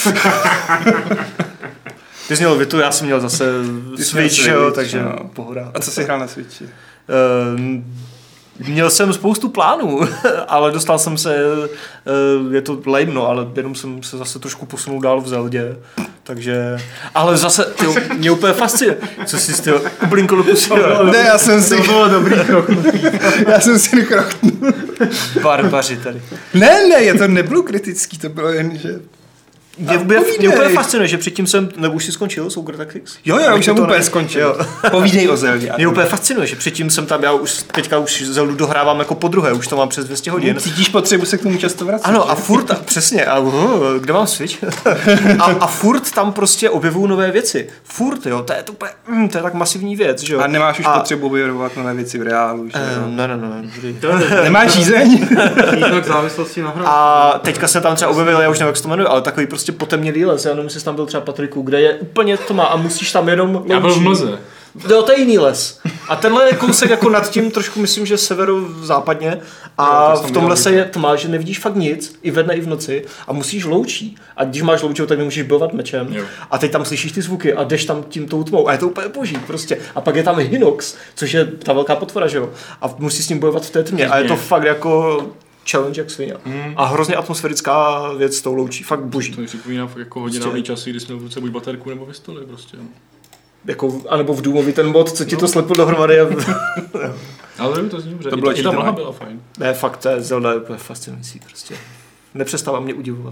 Ty jsi měl Vitu, já jsem měl zase Ty jsi Switch, měl jo, Switch, takže no. pohoda. A co jsi hrál na Switchi? Uh, měl jsem spoustu plánů, ale dostal jsem se, uh, je to lame, no, ale jenom jsem se zase trošku posunul dál v Zeldě, takže, ale zase, tyjo, mě úplně fascinuje, co jsi z toho ublinkl do pusy. Ne, já jsem si... To bylo dobrý krok. Já jsem si nekrochtnul. Barbaři tady. Ne, ne, je to nebylo kritický, to bylo jen, že... Mě, mě, mě úplně fascinuje, že předtím jsem, nebo už si skončil s Ogre Tactics? Jo, jo, už jsem to úplně ne... skončil. Jo. Povídej o Zeldě. Mě úplně fascinuje, že předtím jsem tam, já už teďka už Zeldu dohrávám jako po druhé, už to mám přes dvě stě hodin. Cítíš potřebu se k tomu často vracet? Ano, a furt, a přesně, a uh, kde mám Switch? a, a furt tam prostě objevuju nové věci. Furt, jo, to je to úplně, mm, to je tak masivní věc, že jo. A nemáš už a, potřebu objevovat nové věci v reálu, že jo? Uh, ne, ne, ne. Nemáš žízeň? Znak závislosti na hru. A teďka jsem tam třeba objevil, já už nevím, jak se to jmenuje, ale takový prostě potemnělý les, já nevím, jestli jsi tam byl třeba Patriku, kde je úplně tma a musíš tam jenom loučí. Já byl v mlze. Jo, to je jiný les. A tenhle je kousek jako nad tím trošku, myslím, že severozápadně a Jo, v tom lese je tma, že nevidíš fakt nic, i ve dne, i v noci a musíš loučí. A když máš loučou, tak nemůžeš bojovat mečem. Jo. A teď tam slyšíš ty zvuky a jdeš tam tím tou tmou a je to úplně boží prostě. A pak je tam Hinox, což je ta velká potvora, že jo. A musíš s ním bojovat v té tmě a je to fakt jako challenge jak svině. Mm. A hrozně atmosférická věc s tou loučí, fakt boží. To mi připomíná fakt jako hodně dávný časy, kdy jsme v ruce buď baterku nebo pistoli prostě. No. Jako, anebo v Doomovi ten mod, co ti no. to slepil dohromady. A... Ale to zní dobře. To bylo I ta mlha byla fajn. Ne, fakt, to je Zelda je úplně fascinující prostě. Nepřestává mě udivovat.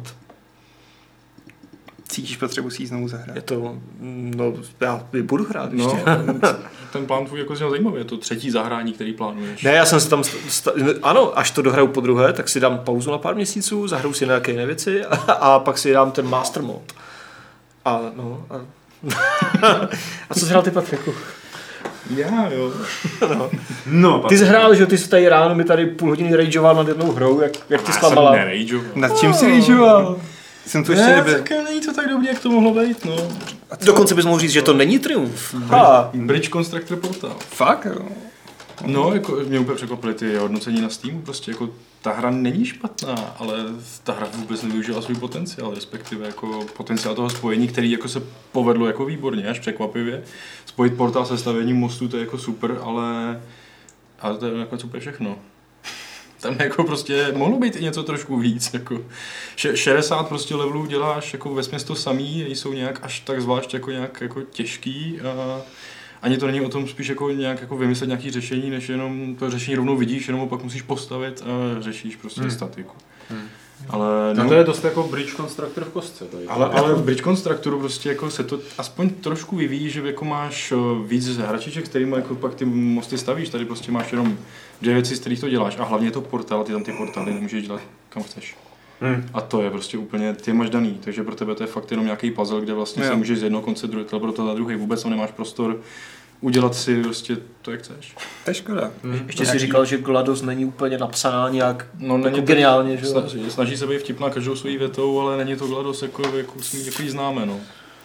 Cítíš potřebu si ji znovu zahrát? Je to, no, já budu hrát ještě. No, ten plán tvůj jako zněl zajímavý, je to třetí zahrání, který plánuješ. Ne, já jsem si tam, sta- ano, až to dohraju po druhé, tak si dám pauzu na pár měsíců, zahraju si nějaké jiné věci a, a pak si dám ten master mod. A no, a, a co jsi hrál ty, Patriku? Já, jo. No. No, Ty jsi hrál, že ty jsi tady ráno mi tady půl hodiny rageoval nad jednou hrou, jak, jak ty zklamala. Já jsem nerageoval. Nad čím jsi rageoval? Jsem tu ještě Ne, nebyl. tak není to tak dobrý, jak to mohlo být, no. Dokonce bys mohl říct, že to není triumf. Ha. Bridge Constructor Portal. Fakt, jo. No, jako mě úplně překvapily ty hodnocení na Steamu, prostě jako ta hra není špatná, ale ta hra vůbec nevyužila svůj potenciál, respektive jako potenciál toho spojení, který jako se povedlo jako výborně, až překvapivě. Spojit portál se stavěním mostu, to je jako super, ale, ale to je jako super všechno. Tam jako prostě mohlo být i něco trošku víc, jako šedesát prostě levelů děláš jako vesměs to samý, nejsou nějak až tak zvlášť jako nějak jako těžký a ani to není o tom spíš jako nějak jako vymyslet nějaký řešení, než jenom to řešení rovnou vidíš, jenom pak musíš postavit a řešíš prostě hmm. statiku. Hmm. Ale no, to je dost jako Bridge Constructor v kostce. Tady. Ale, ale v Bridge Constructoru prostě jako se to aspoň trošku vyvíjí, že jako máš víc hračiček, s kterými jako pak ty mosty stavíš, tady prostě máš jenom dvě věci, z kterých to děláš a hlavně je to portál, ty tam ty portály nemůžeš dělat kam chceš. Hmm. A to je prostě úplně, ty máš daný, takže pro tebe to je fakt jenom nějaký puzzle, kde vlastně no. se můžeš z jednoho konce druhé teleportovat na druhý, vůbec tam nemáš prostor udělat si prostě to, jak chceš. To je škoda. Hmm. Ještě jsi říkal, že GLaDOS není úplně napsaná nějak no, jako geniálně, že snaží, snaží se být vtipná každou svojí větou, ale není to GLaDOS, jako, jako, jako jí známe, no.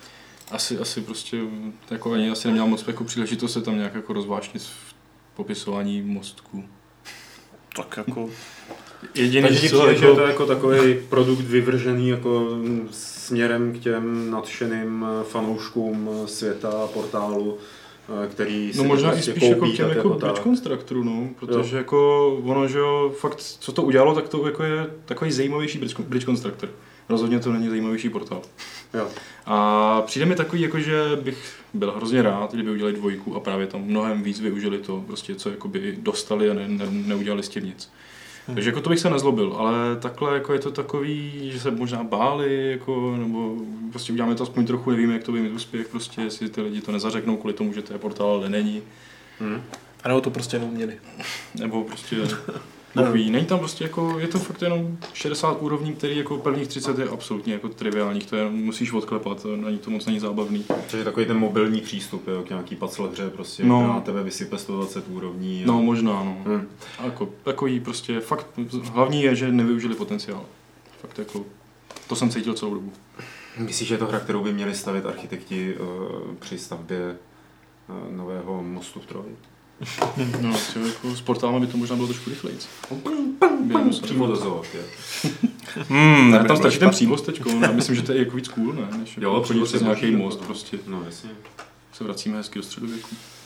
Asi, asi prostě, jako ani asi neměl moc jako příležitost se tam nějak jako rozvášnit v popisování mostků. Tak jako... Jediný, takže co, jako... je to jako takový produkt vyvržený jako směrem k těm nadšeným fanouškům světa, portálu, který no možná prostě i spíš jako k těm jako bridge constructorů, no, protože jo. jako ono, že jo, fakt, co to udělalo, tak to jako je takový zajímavější bridge constructor. Rozhodně to není zajímavější portál. Jo. A přijde mi takový, jako, že bych byl hrozně rád, kdyby udělali dvojku a právě tam mnohem víc využili to, prostě, co jakoby dostali a ne, ne, neudělali s tím nic. Hmm. Takže jako to bych se nezlobil, ale takhle jako je to takový, že se možná báli, jako, nebo prostě uděláme to aspoň trochu, nevíme, jak to bude mít úspěch, prostě, jestli ty lidi to nezařeknou kvůli tomu, že to je portál, ale není. Hmm. A nebo to prostě neuměli. Nebo prostě... Bohuví. Není tam prostě jako, je to fakt jenom šedesát úrovní, který jako prvních třicet je absolutně jako triviálních, to je, musíš odklepat, ani to moc není zábavný. Takže takový ten mobilní přístup, jo, k nějaký puzzle hře, prostě, no. která na tebe vysype sto dvacet úrovní. No možná, no. Hmm. A jako, takový prostě, fakt, hlavní je, že nevyužili potenciál. Fakt jako, to jsem cítil celou dobu. Myslíš, že je to hra, kterou by měli stavět architekti uh, při stavbě uh, nového mostu v Troji? No, tyjo, jako s portálem by to možná bylo trošku rychlejc. Přímo do zoologie. Hmm, ne, tam stačí ten přívoz teďko, já myslím, že to je jako víc cool, ne? Než jo, jako chodit přes nějaký most to. Prostě. No, jasně. Se vracíme hezky do středověku.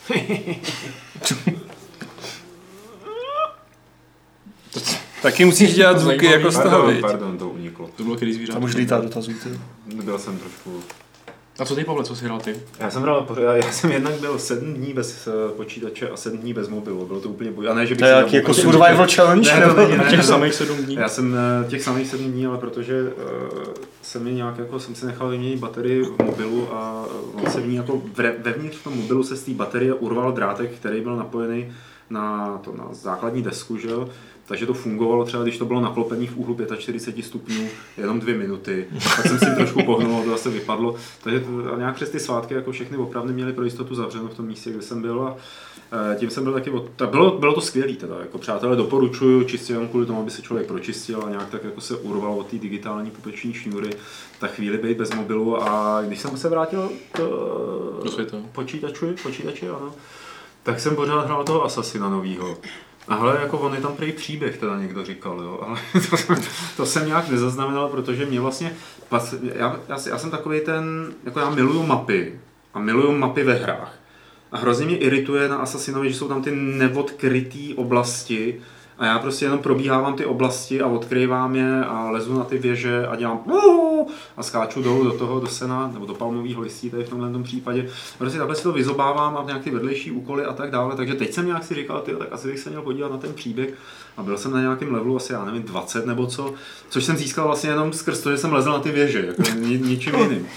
Taky musíš dělat zvuky jako z toho, pardon, pardon, to uniklo. To bylo kedy zvířátko. Tam už lítá dotazuj, ty. Byl jsem trošku... A co ty, Pavle, co jsi hrál ty? Já jsem hrál, já jsem jednak byl sedm dní bez počítače a sedm dní bez mobilu, bylo to úplně boj. A ne, že bych to je jaký jako survival challenge? Ne, ne, ne, ne, těch samých sedm dní? Já jsem těch samých sedm dní, ale protože uh, jsem mi nějak jako, jsem si nechal vyměnit baterii v mobilu a on se v ní jako vevnitř v tom mobilu se z té baterie urval drátek, který byl napojený na, to, na základní desku, že jo? Takže to fungovalo třeba, když to bylo naklopený v úhlu čtyřicet pět stupňů, jenom dvě minuty, tak jsem si trošku pohnul, to zase vypadlo. Takže to, a nějak přes ty svátky jako všechny opravdu měli pro jistotu zavřeno v tom místě, kde jsem byl a e, tím jsem byl taky, od, tak bylo, bylo to skvělý teda, jako přátelé doporučuju, čistě jenom kvůli tomu, aby se člověk pročistil a nějak tak jako se urval od té digitální pupeční šňůry, tak chvíli být bez mobilu a když jsem se vrátil k do světa. počítači, počítači, ano, tak jsem pořád hrál toho Assassina novýho. A hele, jako on je tam prý příběh, teda někdo říkal, jo, ale to, to jsem nějak nezaznamenal, protože mě vlastně, já, já, já jsem takovej ten, jako já miluju mapy a miluju mapy ve hrách. A hrozně mě irituje na Assassinovi, že jsou tam ty neodkrytý oblasti a já prostě jenom probíhávám ty oblasti a odkrývám je a lezu na ty věže a dělám a skáču dolů do toho, do sena, nebo do palmového listí tady v tomhle tom případě. Prostě takhle si to vyzobávám a nějaké vedlejší úkoly a tak dále, takže teď jsem nějak si říkal, tyjo, tak asi bych se měl podívat na ten příběh a byl jsem na nějakém levelu asi, já nevím, dvacet nebo co, což jsem získal vlastně jenom skrz to, že jsem lezl na ty věže, jako ni, ničím jiným.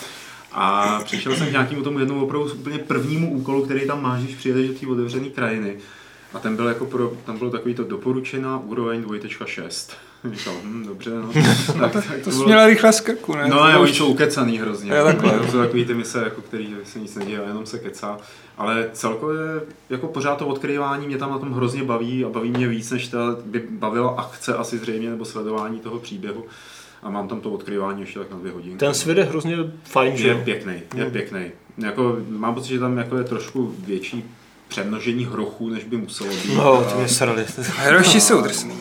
A přišel jsem k nějakému tomu jednomu opravdu úplně prvnímu úkolu, který tam máš, když přijedeš do té otevřené krajiny. A ten byl jako pro, tam bylo takový to doporučená úroveň dva tečka šest. Říkal, hm, dobře, no. Tak, tak to jsi měla rychle z krku, ne? No, ne, oni jsou ukecaný hrozně. Je takhle. To jsou takový ty mise, jako, který se nic neděje, jenom se kecá. Ale celkově, jako pořád to odkrývání mě tam na tom hrozně baví a baví mě víc, než ta by bavila akce asi zřejmě, nebo sledování toho příběhu. A mám tam to odkrývání ještě tak na dvě hodinky. Ten svět je hrozně fajn, že? Je pěkný, je hmm. pěkný. Jako, mám pocit, že tam jako je trošku větší přemnožení hrochů, než by muselo být. No, ty mě srali. Hroši jsou drsný.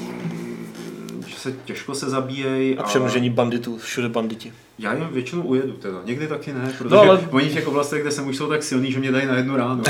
Že se těžko se zabíjejí. A přemnožení banditů, všude banditi. Já jim většinou ujedu teda, někdy taky ne, protože no, ale... oni v těch oblastech, kde jsem už jsou tak silný, že mě dají na jednu ráno.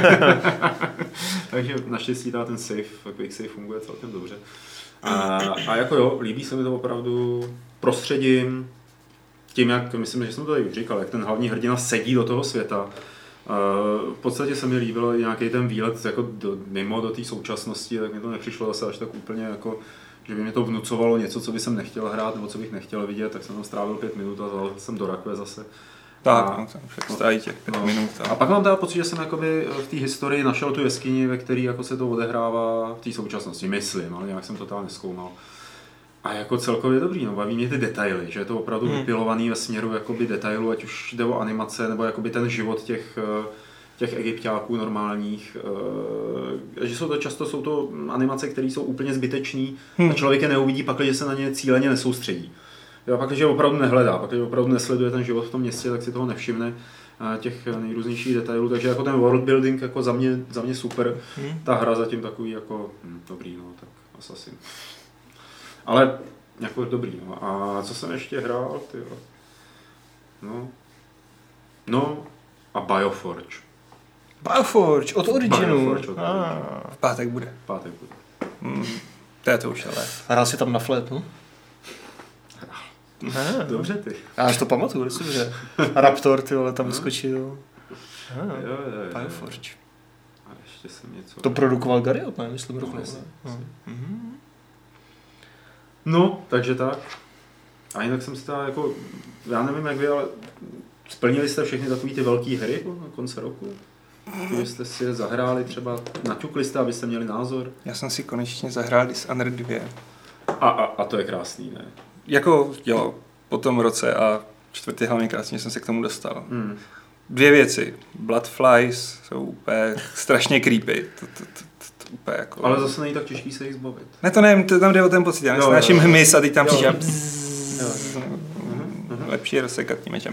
Takže naštěstí ten safe, quick safe funguje celkem dobře. A, a jako jo, líbí se mi to opravdu prostředím, tím jak, myslím, že jsem to tady už říkal, jak ten hlavní hrdina sedí do toho světa. V podstatě se mi líbilo i nějaký ten výlet jako do, mimo do té současnosti, tak mi to nepřišlo zase až tak úplně jako, že by mě to vnucovalo něco, co bych jsem nechtěl hrát nebo co bych nechtěl vidět, tak jsem tam strávil pět minut a zval jsem do rakve zase. Tak, a, no, však stájí těch pět no, minut. A pak mám teda pocit, že jsem jakoby v té historii našel tu jeskyni, ve které jako se to odehrává v té současnosti, myslím, ale nějak jsem to tam nezkoumal. A jako celkově dobrý, no, baví mě ty detaily, že je to opravdu hmm. vypilovaný ve směru jakoby detailu, ať už jde o animace, nebo jakoby ten život těch, těch egypťáků normálních, že jsou to často jsou to animace, které jsou úplně zbytečný hmm. a člověk je neuvidí, pakliže se na ně cíleně nesoustředí. Jo, pak, když opravdu nehledá, pak, když opravdu nesleduje ten život v tom městě, tak si toho nevšimne. těch nejrůznějších detailů, takže jako ten world building jako za mě, za mě super, hmm. ta hra zatím takový jako hm, dobrý, no, tak Assassin. Ale jako dobrý, no. A co jsem ještě hrál, tyjo? No, no a Bioforge. Bioforge, od Originu. Bioforge od Originu. V pátek bude. V pátek bude. Hmm. To je to už, ale. Hrál jsi tam na flétnu? Ne, dobře ty. Já si to pamatuju, dobře. Raptor, ty vole, tam vyskočil. Bioforge. A ještě jsem něco... To produkoval Gariot, ne? Myslím, no, rovnou. Hmm. No, takže tak. A jinak jsem si teda jako, já nevím jak vy, ale splnili jste všechny takový ty velký hry na konci roku? Když jste si je zahráli třeba, naťukli jste, abyste měli názor? Já jsem si konečně zahrál Dishonored dva. A, a, a to je krásný, ne? Jako, jo, po tom roce a čtvrtý hlavně krásně jsem se k tomu dostal. Hmm. Dvě věci. Bloodflies jsou úplně strašně creepy. To, to, to, to, to úplně jako... Ale zase není tak těžký se jich zbavit. Ne, to nevím, to tam jde o ten pocit. Já nesnáším hmyz a teď tam přijde lepší je rozsekat tím mečem.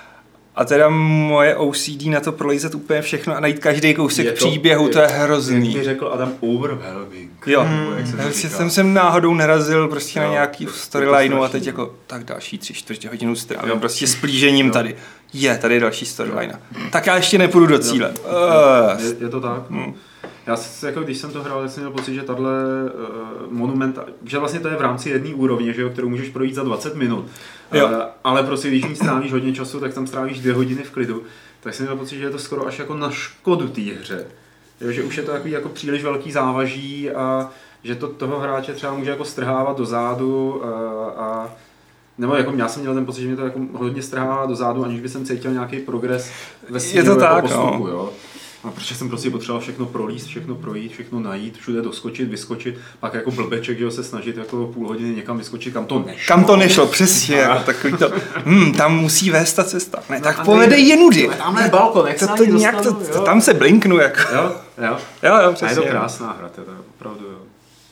A teda moje O C D na to prolejzat úplně všechno a najít každý kousek je to, příběhu, je, to je hrozný. Jak by řekl Adam, overwhelming. Jo, hmm. jsem sem náhodou narazil prostě jo, na nějaký storyline a teď jako tak další tři čtvrtě hodinu strávím prostě s plížením jo. Tady. Je, tady je další storyline. Tak já ještě nepůjdu do cíle. Uh. Je, je to tak? Hmm. Já si, jako, když jsem to hrál, tak jsem měl pocit, že tahle uh, monument, že vlastně to je v rámci jedné úrovně, že jo, kterou můžeš projít za dvacet minut. Uh, ale prostě když ní strávíš hodně času, tak tam strávíš dvě hodiny v klidu. Tak jsem měl pocit, že je to skoro až jako na škodu té hře. Jo, že už je to takový jako příliš velký závaží a že to toho hráče třeba může jako strhávat do zádu uh, a nebo jako já jsem měl ten pocit, že mě to jako hodně strhává do zádu, aniž by jsem cítil nějaký progres ve svým jako postupu, jo. A protože jsem prostě potřeboval všechno prolíst, všechno projít, všechno najít, všude doskočit, vyskočit, pak jako blbeček, že jo, se snažit jako půl hodiny někam vyskočit, kam to nešlo. Kam to nešlo, přesně, jako takový to, hm, tam musí vést ta cesta. Ne, tak povede jinudy. Tamhle je balkon, jak to, to, to nějak to, to, tam se blinknu, jako. Jo, jo. Jo, jo, přesně. A je to krásná hra, teda, opravdu, jo.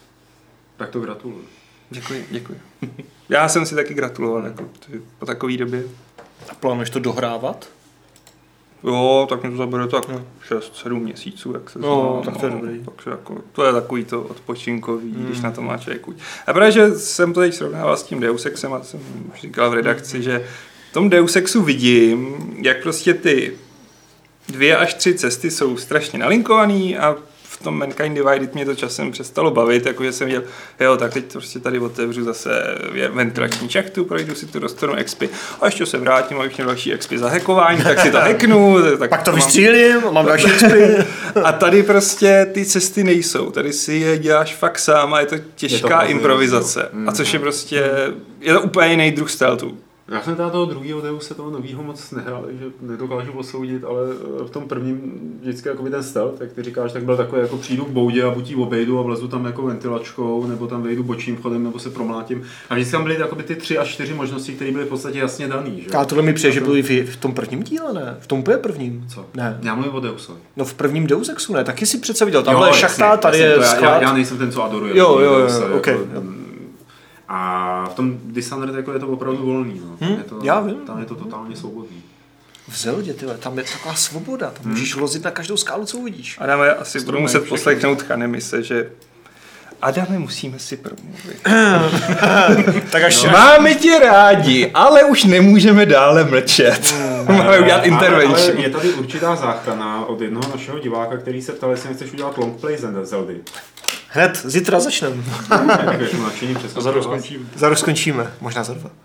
Tak to gratuluju. Děkuji, děkuji. Já jsem si taky gratuloval, jako, po takové době. A plánuješ to dohrávat? Jo, tak mě to zabere tak šest sedm měsíců, jak se no, znám. tak to je dobrý. Takže jako, to je takový to odpočinkový, mm. když na to má člověk chuť. A právě, že jsem to teď srovnával s tím Deus Exem a jsem už říkal v redakci, mm. že v tom Deus Exu vidím, jak prostě ty dvě až tři cesty jsou strašně nalinkovaný a v tom Mankind Divided mě to časem přestalo bavit, jakože jsem viděl, jo, tak teď prostě tady otevřu zase ventilační čachtu, projdu si tu, dostanu expy a ještě se vrátím, abych měl další expy za hackování, tak si to hacknu. Tak pak to vystřílím a mám další expy. A tady prostě ty cesty nejsou, tady si je děláš fakt sám a je to těžká je to improvizace. Mm. A což je prostě, je to úplně jiný druh stealthu. Já jsem teda toho druhého Deuse, toho novýho moc nehrál, takže nedokážu posoudit, ale v tom prvním vždycky jako ten stealth, jak ty říkáš, tak byl takový jako přijdu k boudě a buď jí obejdu a vlezu tam jako ventilačkou, nebo tam vejdu bočním chodem, nebo se promlátím. A vždycky tam byly ty tři až čtyři možnosti, které byly v podstatě jasně daný. Že? A tohle mi přijde, že byly v, v tom prvním díle, ne? V tom úplně prvním. Co? Ne. Já mluvím o Deusovi. No v prvním Deus Exu, ne? Taky si přece viděl, tamhle je šachta, tady je sklad. Já, já nejsem ten, co adoruje. Jo, jo, jo, jo, okay. Jako, a v tom Dishonored jako je to opravdu volný, no. Hmm, je to, já vím. Tam je to totálně svobodný. V Zeldě, tyhle, tam je taková svoboda, tam hmm. můžeš lozit na každou skálu, co uvidíš. Adame, asi budu muset všechno poslechnout Chanemise, že Adame, musíme si promluvit. Tak až máme tě rádi, ale už nemůžeme dále mlčet. Máme udělat intervention. Ale je tady určitá záchrana od jednoho našeho diváka, který se ptal, jestli nechceš udělat longplay Zeldy. Hned, zítra začneme. Za rok skončíme. Za rok skončíme, možná za dva.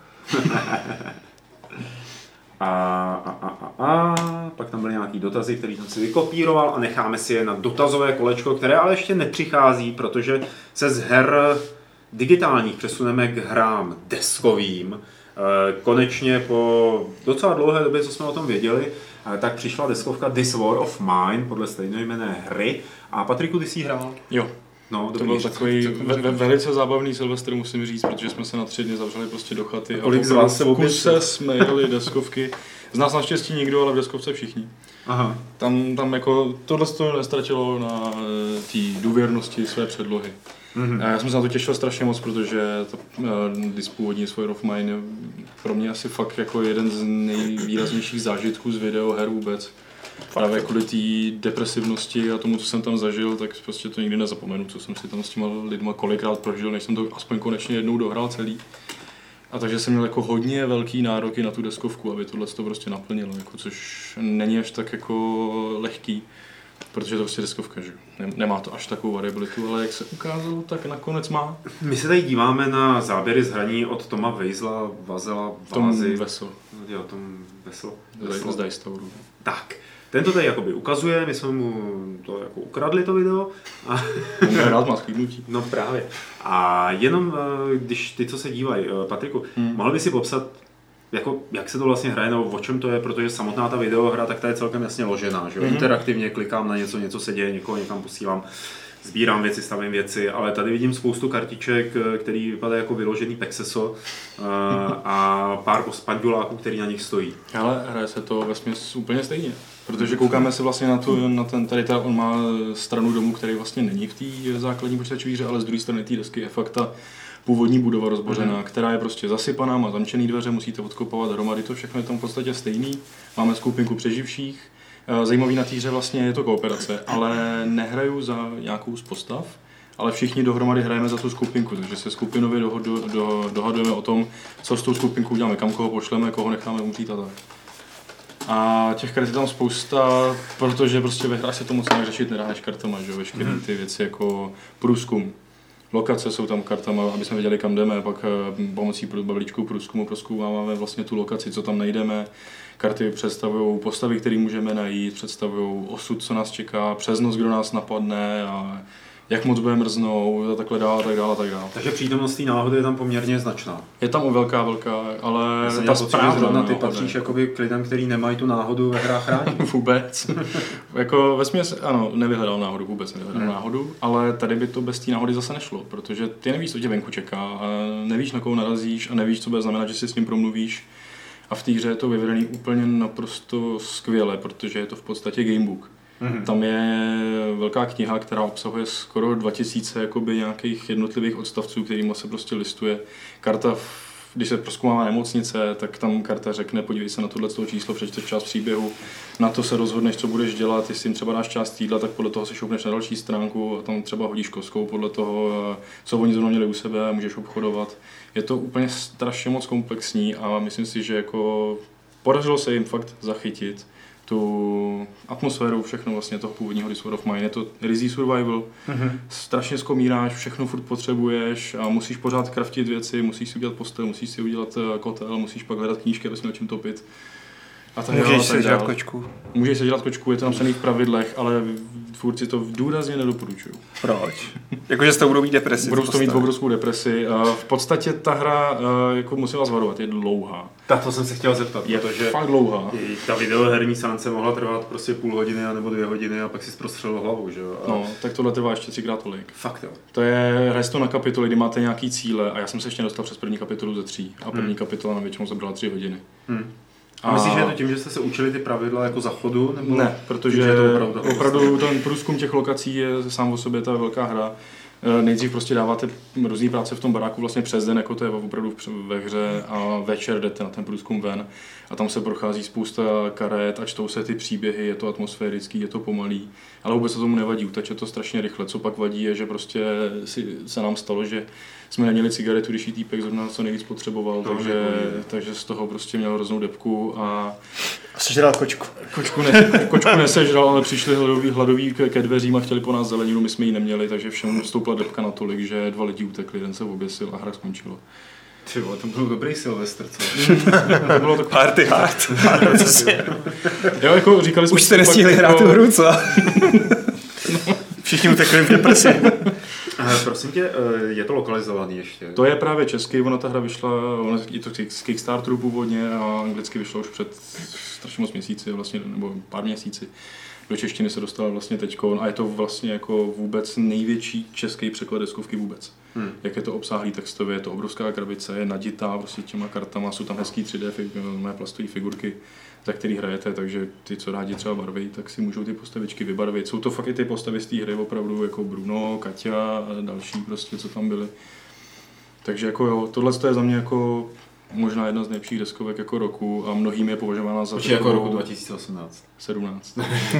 A, a, a, a, a pak tam byly nějaký dotazy, které jsem si vykopíroval a necháme si je na dotazové kolečko, které ale ještě nepřichází, protože se z her digitálních přesuneme k hrám deskovým. Konečně po docela dlouhé době, co jsme o tom věděli, tak přišla deskovka This War of Mine podle stejnojmenné hry. A Patriku, ty jsi hrál? Jo. No, to byl takový ve, ve, velice zábavný Silvestr, musím říct, protože jsme se na tři dny zavřeli prostě do chaty. A kolik z vás se v kuse jsme jeli deskovky. Z nás naštěstí nikdo, ale v deskovce všichni. Aha. Tam, tam jako tohle to nestratilo na té důvěrnosti své předlohy. Mm-hmm. Já jsem se na to těšil strašně moc, protože to uh, This původní Sword of Mine je pro mě asi fakt jako jeden z nejvýraznějších zážitků z videoher vůbec. Právě kvůli té depresivnosti a tomu, co jsem tam zažil, tak prostě to nikdy nezapomenu, co jsem si tam s těma lidma kolikrát prožil, než jsem to aspoň konečně jednou dohrál celý. A takže jsem měl jako hodně velký nároky na tu deskovku, aby tohle to prostě naplnilo, jako, což není až tak jako lehký, protože to prostě deskovka, že nemá to až takovou variabilitu, ale jak se ukázalo, tak nakonec má. My se tady díváme na záběry z hraní od Toma Weisla, Vazela, Vázy. Tom Vesel. Jo, Tom Vesel. Z Dice Toweru. Tak. Ten to tady jakoby ukazuje, my jsme mu to jako ukradli to video. A rád má sklídnutí. No právě. A jenom, když ty, co se dívají, Patriku, hmm. mohl by si popsat, jako, jak se to vlastně hraje, nebo o čem to je, protože samotná ta videohra, tak ta je celkem jasně ložená, že jo? Hmm. Interaktivně klikám na něco, něco se děje, někoho někam posílám, sbírám věci, stavím věci, ale tady vidím spoustu kartiček, který vypadá jako vyložený Pexeso a pár spanduláků, který na nich stojí. Ale hraje se to vesměs úplně stejně. Protože koukáme se vlastně na, tu, na ten, tady ta, on má stranu domu, který vlastně není v té základní počítačové hře, ale z druhé strany té desky je fakt ta původní budova rozbořená, mm-hmm. která je prostě zasypaná, má zamčený dveře, musíte odkopovat hromady, to všechno je tam v podstatě stejný. Máme skupinku přeživších. Zajímavý na té hře vlastně je to kooperace, ale nehraju za nějakou z postav, ale všichni dohromady hrajeme za tu skupinku, takže se skupinově dohodu, do, dohadujeme o tom, co s tou skupinkou uděláme, kam koho pošleme, koho necháme umřít a tak. A těch karet je tam spousta, protože prostě ve hrách se to moc nějak řešit nedá než kartama, že jo, veškeré ty věci jako průzkum. Lokace jsou tam kartama, aby jsme věděli, kam jdeme, pak pomocí balíčku průzkumu prozkoumáváme vlastně tu lokaci, co tam najdeme. Karty představují postavy, které můžeme najít, představují osud, co nás čeká, přes noc, kdo nás napadne a jak moc bude mrznout a takhle dál, tak dál a tak dál. Takže přítomnost té náhody je tam poměrně značná. Je tam o velká, velká, ale ta zpráva zrovna ty patříš jakoby k lidem, kteří nemají tu náhodu ve hrách chránit. Vůbec. Jako vesměs, ano, nevyhledal náhodu, vůbec nevyhledal hmm. náhodu, ale tady by to bez té náhody zase nešlo, protože ty nevíš, co tě venku čeká, a nevíš, na koho narazíš a nevíš, co bude znamenat, že si s ním promluvíš. A v té hře je to vyvedený úplně naprosto skvěle, protože je to v podstatě gamebook. Mm-hmm. Tam je velká kniha, která obsahuje skoro dva tisíce jakoby nějakých jednotlivých odstavců, kterýma se prostě listuje. Karta, když se prozkoumává nemocnice, tak tam karta řekne, podívej se na tohle číslo, přečteš část příběhu, na to se rozhodneš, co budeš dělat, jestli jim třeba dáš část jídla, tak podle toho se šoupneš na další stránku a tam třeba hodíš kostkou podle toho, co oni zrovna měli u sebe, můžeš obchodovat. Je to úplně strašně moc komplexní a myslím si, že jako podařilo se jim fakt zachytit tu atmosféru, všechno vlastně toho původního This War of Mine. Je to rizí survival, mm-hmm. strašně zkomíráš, všechno furt potřebuješ a musíš pořád craftit věci, musíš si udělat postel, musíš si udělat kotel, musíš pak hledat knížky, abys měl čím topit. A tak můžeš si dělat kočku. Můžeš si dělat kočku, je to napsaný v pravidlech, ale tvůrci to důrazně nedoporučují. Proč? Jakože z toho budou mít depresi. Budou z toho mít obrovskou depresi. V podstatě ta hra, jako musím vás varovat, je dlouhá. Tak to jsem se chtěl zeptat, je protože fakt dlouhá. Ta videoherní seance mohla trvat prostě půl hodiny nebo dvě hodiny a pak si zprostřelil hlavu, že jo? A... No, tak tohle trvá ještě třikrát tolik. Fakt jo. To je, hraje to na kapitoly, kdy máte nějaký cíle a já jsem se ještě dostal přes první kapitolu ze tří a první hmm. kapitola na většinou zabrala tři hodiny. Hmm. A myslíš, že je to tím, že jste se učili ty pravidla jako za chodu? Nebo ne, protože tím, to opravdu, opravdu ten průzkum těch lokací je sám o sobě ta velká hra. Nejdřív prostě dáváte různý práce v tom baráku vlastně přes den, jako to je opravdu ve hře a večer jdete na ten průzkum ven a tam se prochází spousta karet a čtou se ty příběhy, je to atmosférický, je to pomalý, ale vůbec se tomu nevadí, uteče to strašně rychle. Co pak vadí je, že prostě si, se nám stalo, že jsme neměli cigaretu, když jí týpek zrovna co nejvíc potřeboval, no, takže, takže z toho prostě měl hroznou debku a... Sežral kočku. Kočku, ne, kočku nesežral, ale přišli hladoví, hladoví ke, ke dveřím a chtěli po nás zeleninu, my jsme ji neměli, takže všem stoupla debka natolik, že dva lidi utekli, jeden se oběsil a hra skončila. Ty vole, to byl dobrý Silvestr, co? To bylo to party hard. Jo, jako říkali jsme... Už jste nestihli hrát jako... tu hru, co? Všichni utekli v depresi. Prosím tě, je to lokalizovaný ještě? To je právě česky, ona ta hra vyšla, ona je to z Kickstarteru původně a anglicky vyšla už před strašně moc měsíci, vlastně, nebo pár měsíci. Do češtiny se dostala vlastně teďko a je to vlastně jako vůbec největší český překlad deskovky vůbec. hmm. jak je to obsáhlý textově, je to obrovská krabice, je naditá prostě těma kartama, jsou tam hezký tři dé fig- plastové figurky, za který hrajete, takže ty, co rádi třeba barví, tak si můžou ty postavičky vybarvit. Jsou to fakt i ty postavy z té hry opravdu, jako Bruno, Kaťa a další prostě, co tam byly. Takže jako jo, tohle je za mě jako možná jedna z nejlepších deskovek jako roku a mnohým je považována za... Určitě jako roku dva tisíce osmnáct. sedmnáct.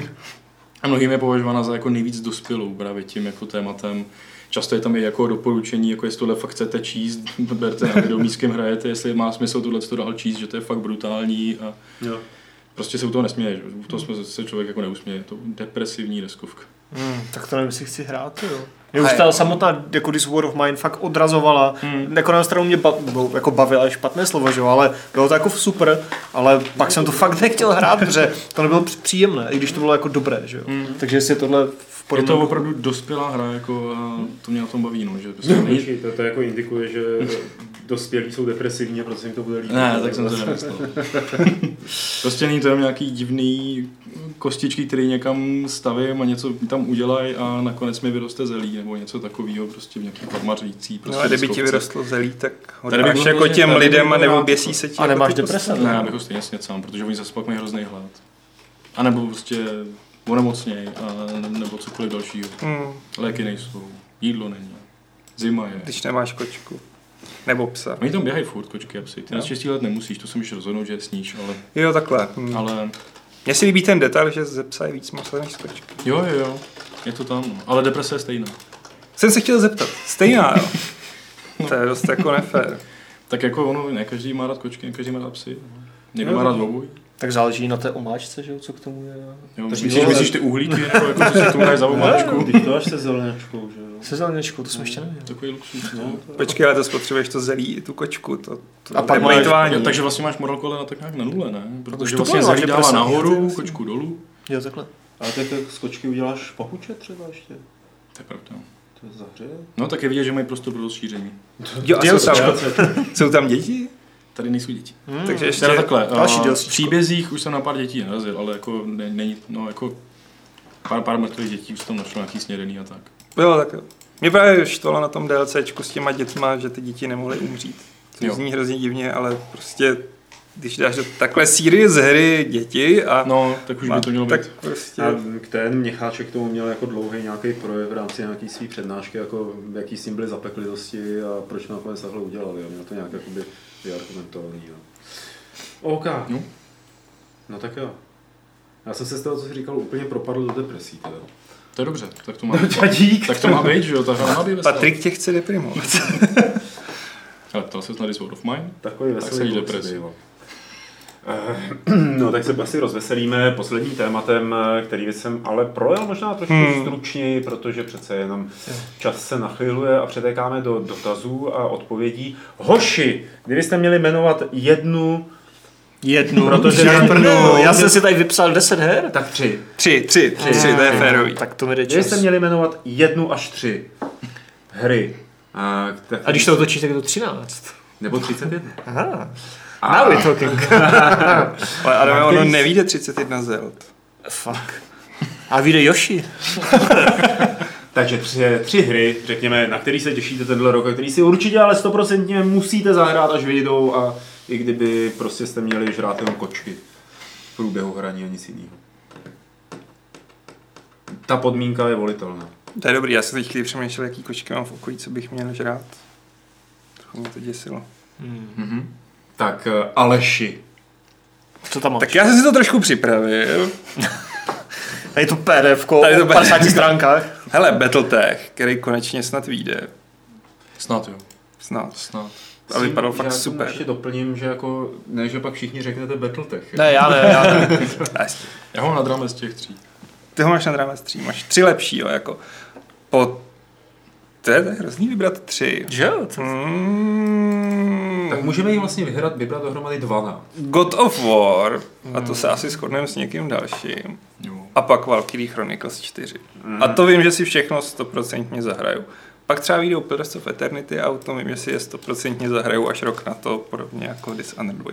A mnohým je považována za jako nejvíc dospělou právě tím jako tématem. Často je tam i jako doporučení, jako jestli tohle fakt chcete číst, berte na video, s kým hrajete, jestli má smysl tohle to dál číst, že to je fakt brutální a jo. Prostě se u toho nesměje, že? U toho se člověk jako neusměje, je to depresivní deskovka. Hmm, tak to nevím, jestli chci hrát, jo. Mě už ta samotná jako This War of Mine fakt odrazovala. Hmm. Jako na stranu mě ba- jako bavila, špatné slovo, že jo, ale bylo to jako super, ale pak jsem to fakt nechtěl hrát, protože to nebylo příjemné, i když to bylo jako dobré, že jo. Hmm. Takže jestli tohle v podobnou... Je to opravdu dospělá hra, jako a to mě na tom baví, no, že prostě není... to, to jako indikuje, že dospělí jsou depresivní a protože jim to bude líbit. Ne, tak jsem to nemyslel. Prostě není to jenom nějaký divný kostičky, který někam stavím a něco tam udělají a nakonec mi vyroste zelí nebo něco takového, prostě v nějaký farmařící. Prostě no a kdyby ti vyrostlo zelí, tak ho tady dáš jako těm lidem a nebo běsí se ti. A nemáš deprese? Ne, já bych ho stejně snět sám, protože oni zase pak mají hrozný hlad. A nebo prostě onemocněj a nebo cokoliv dalšího. Hmm. Léky nejsou, jídlo není, zima je. Když nemáš kočku. Nebo psa. Oni tam běhají furt, kočky a psy. Ty no. na štěstí let nemusíš, to se můžeš rozhodnout, že je sníš, ale... Jo, takhle. Hmm. Ale... Mně si líbí ten detail, že ze psa je víc masa než z kočky. Jo, jo, jo. Je to tam, no. Ale deprese je stejná. Jsem se chtěl zeptat. Stejná, jo? No. To je dost jako nefér. Tak jako ono, ne každý má rád kočky, ne každý má rád psy. Někdo má rád oboj. Tak záleží na té omáčce, že jo, co k tomu je. Jo, myslíš, ale... myslíš ty uhlíky, nebo jako co si k tomu dají za omáčku? Když to až se zelňačkou, že jo. Se zelňačkou, to jsme ještě nevěděli. Takový luxus. No. Počkej, ale to spotřebuješ to zelí i tu kočku. To, to a pak máš, jo, takže vlastně máš moral kolena tak nějak na nule, ne? Protože vlastně zelí dává nahoru, kočku dolů. Jo, takhle. Ale tak z kočky uděláš papuče třeba ještě? To je pravda. To je zahřeje? No tak je vidět, že mají prostor pro rozšíření. Jo, a jsou tam, jsou tam děti? Tady nejsou děti. Hmm. Takže ještě teda takhle. Další v příbězích už jsem na pár dětí narazil, ale jako ne, není, no jako pár, pár mrtvých dětí už tam našlo nějaký snědený a tak. Jo, tak jo. Mě právě štvalo na tom DLCčku s těma dětma, že ty děti nemohly umřít. To jo. Zní hrozně divně, ale prostě když dáš do takhle serious hry děti a... No, tak už by to mělo být. Prostě... A ten Měcháček tomu měl jako dlouhý nějaký projev v rámci nějaký svý přednášky, jako jaký s ním byly zapeklitosti a proč nakonec takhle udělali. Jo. Měl to nějak jakoby vyargumentovaný. Jo. OK. No. no tak jo. Já jsem se z toho, co jsi říkal, úplně propadl do depresí. Teda. To je dobře, tak to má být. Tak to má být, že jo, ta hra má být veselá. Patrik tě chce deprimovat. Ale ptal ses na This War of Mine? Takový veselý depresí. No tak se asi rozveselíme posledním tématem, který jsem ale projel možná trošku hmm. stručněji, protože přece jenom čas se nachyluje a přetékáme do dotazů a odpovědí. Hoši, kdybyste měli jmenovat jednu Jednu, protože jednu. Já jsem si tady vypsal deset her. Tak tři. Tři, tři, tři, tři, to je férový. Tak to mi jde čas. Kdybyste měli jmenovat jednu až tři hry. A, a když to otočíš, tak je to třináct. Nebo třicet jedna. Aha. A... Now we're talking. Ale Adame, ono nevíde třicet jedna Zeld. Fuck. A vyjde Yoshi. Takže tři, tři hry, řekněme, na který se těšíte tenhle rok, a který si určitě ale stoprocentně musíte zahrát, až vyjdou, a i kdyby prostě jste měli žrát jenom kočky v průběhu hraní a nic jiného. Ta podmínka je volitelná. To je dobrý, já jsem teď chvíli přemýšlel, jaký kočky mám v okolí, co bych měl žrát. Trochu mě to děsilo. Hmm. Mm-hmm. Tak Aleši. Co tam máš? Tak já jsem si to trošku připravil. Tady to P D F-ko o padesáti stránkách. Hele, Battletech, který konečně snad vyjde. Snad jo. Snad. Snad. A vypadal fakt já super. Já ještě doplním, že jako, ne, že pak všichni řeknete Battletech. Ne, já ne, já ne. Já ho nad rámec těch tří. Ty ho máš nad rámec tří, máš tři lepší, jo, jako. Po... To je, to je hrozný vybrat tři. Že jo? Mm. Tak můžeme jí vlastně vyhrat, vybrat dohromady dvanáct. God of War, a to se asi shodneme s někým dalším. Jo. A pak Valkyrie Chronicles čtyři. Mm. A to vím, že si všechno stoprocentně zahraju. Pak třeba vyjdou Pillars of Eternity a o tom vím, že si je stoprocentně zahraju až rok na to, podobně jako Dishonored dva.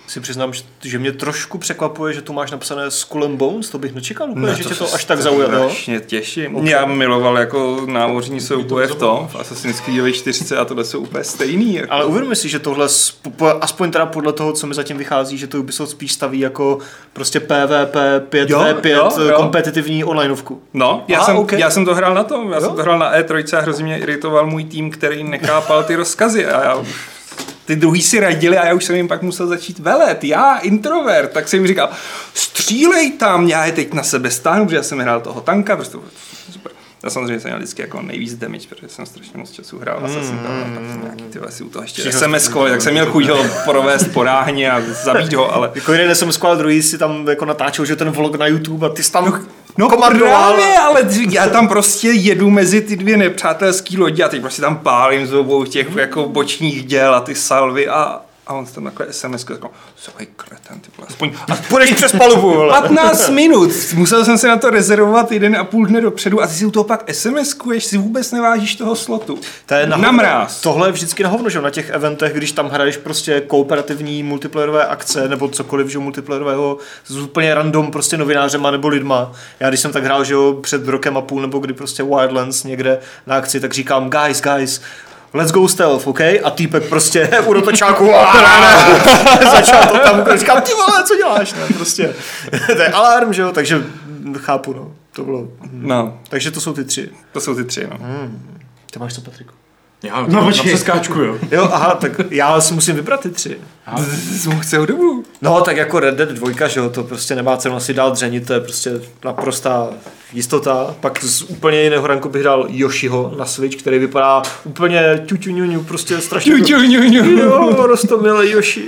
si přiznám, že mě trošku překvapuje, že tu máš napsané Skull and Bones, to bych nečekal úplně, No, že to tě to se až tak zaujalo. strašně těším. Okay. Já miloval jako námořní souboje v tom, v Assassin's Creed čtyři a tohle jsou úplně stejný. Jako. Ale uvědomuji si, že tohle, aspoň teda podle toho, co mi zatím vychází, že to Ubisoft spíš staví jako prostě P V P pět v pět jo, jo. kompetitivní onlineovku. No, já, Aha, jsem, okay. já jsem to hrál na tom, já jo? jsem to hrál na E tři a hrozně mě iritoval můj tým, který nechápal ty rozkazy a já ty druhý si radili a já už jsem jim pak musel začít velet. Já, introvert, tak jsem jim říkal, střílej tam, já je teď na sebe stáhnu, protože já jsem hrál toho tanka, prostě super. Já samozřejmě jsem měl vždycky jako nejvíc damage, protože jsem strašně moc času hrál a jsem tam pak jsem nějaký tyhle si u toho ještě es em es ko, tak jsem měl chuť ho provést po ráhně a zabít ho, ale... Jako jeden es em es ko a druhý si tam jako natáčel, že ten vlog na YouTube a ty jsi tam no komandoval. právě, ale já tam prostě jedu mezi ty dvě nepřátelský lodi a teď prostě tam pálím z obou těch jako bočních děl a ty salvy a... A on tam takhle es em es ko řekl, słuchaj kreten, ty vole, aspoň... A půjdeš přes palubu, vole. patnáct minut, musel jsem se na to rezervovat jeden a půl dne dopředu a ty si u toho pak es em es kuješ, si vůbec nevážíš toho slotu. To je na, na mráz. Tohle je vždycky na hovno, že na těch eventech, když tam hraješ prostě kooperativní multiplayerové akce nebo cokoliv, že multiplayerového s úplně random prostě novinářema nebo lidma. Já když jsem tak hrál, že jo, před rokem a půl nebo kdy prostě Wildlands někde na akci, tak říkám guys, guys, let's go stealth, OK? A týpek prostě u rotočáku začal to tam, říkám, ty vole, co děláš, ne? Prostě, to je alarm, že jo, takže chápu, no, to bylo, no. Takže to jsou ty tři. To jsou ty tři, no. Hmm. Ty máš to, Patriku? Já no, na přeskáčku, jo. Jo, aha, tak já si musím vybrat ty tři. Jsem chce dobu. No, tak jako Red Dead dva, že jo, to prostě nemá cenu asi dál dřenit, to je prostě naprostá jistota. Pak z úplně jiného ranku bych dal Yoshiho na Switch, který vypadá úplně ťuťuňuňu, prostě strašně... Ťuťuňuňu. Jo, rostomilé Yoshi.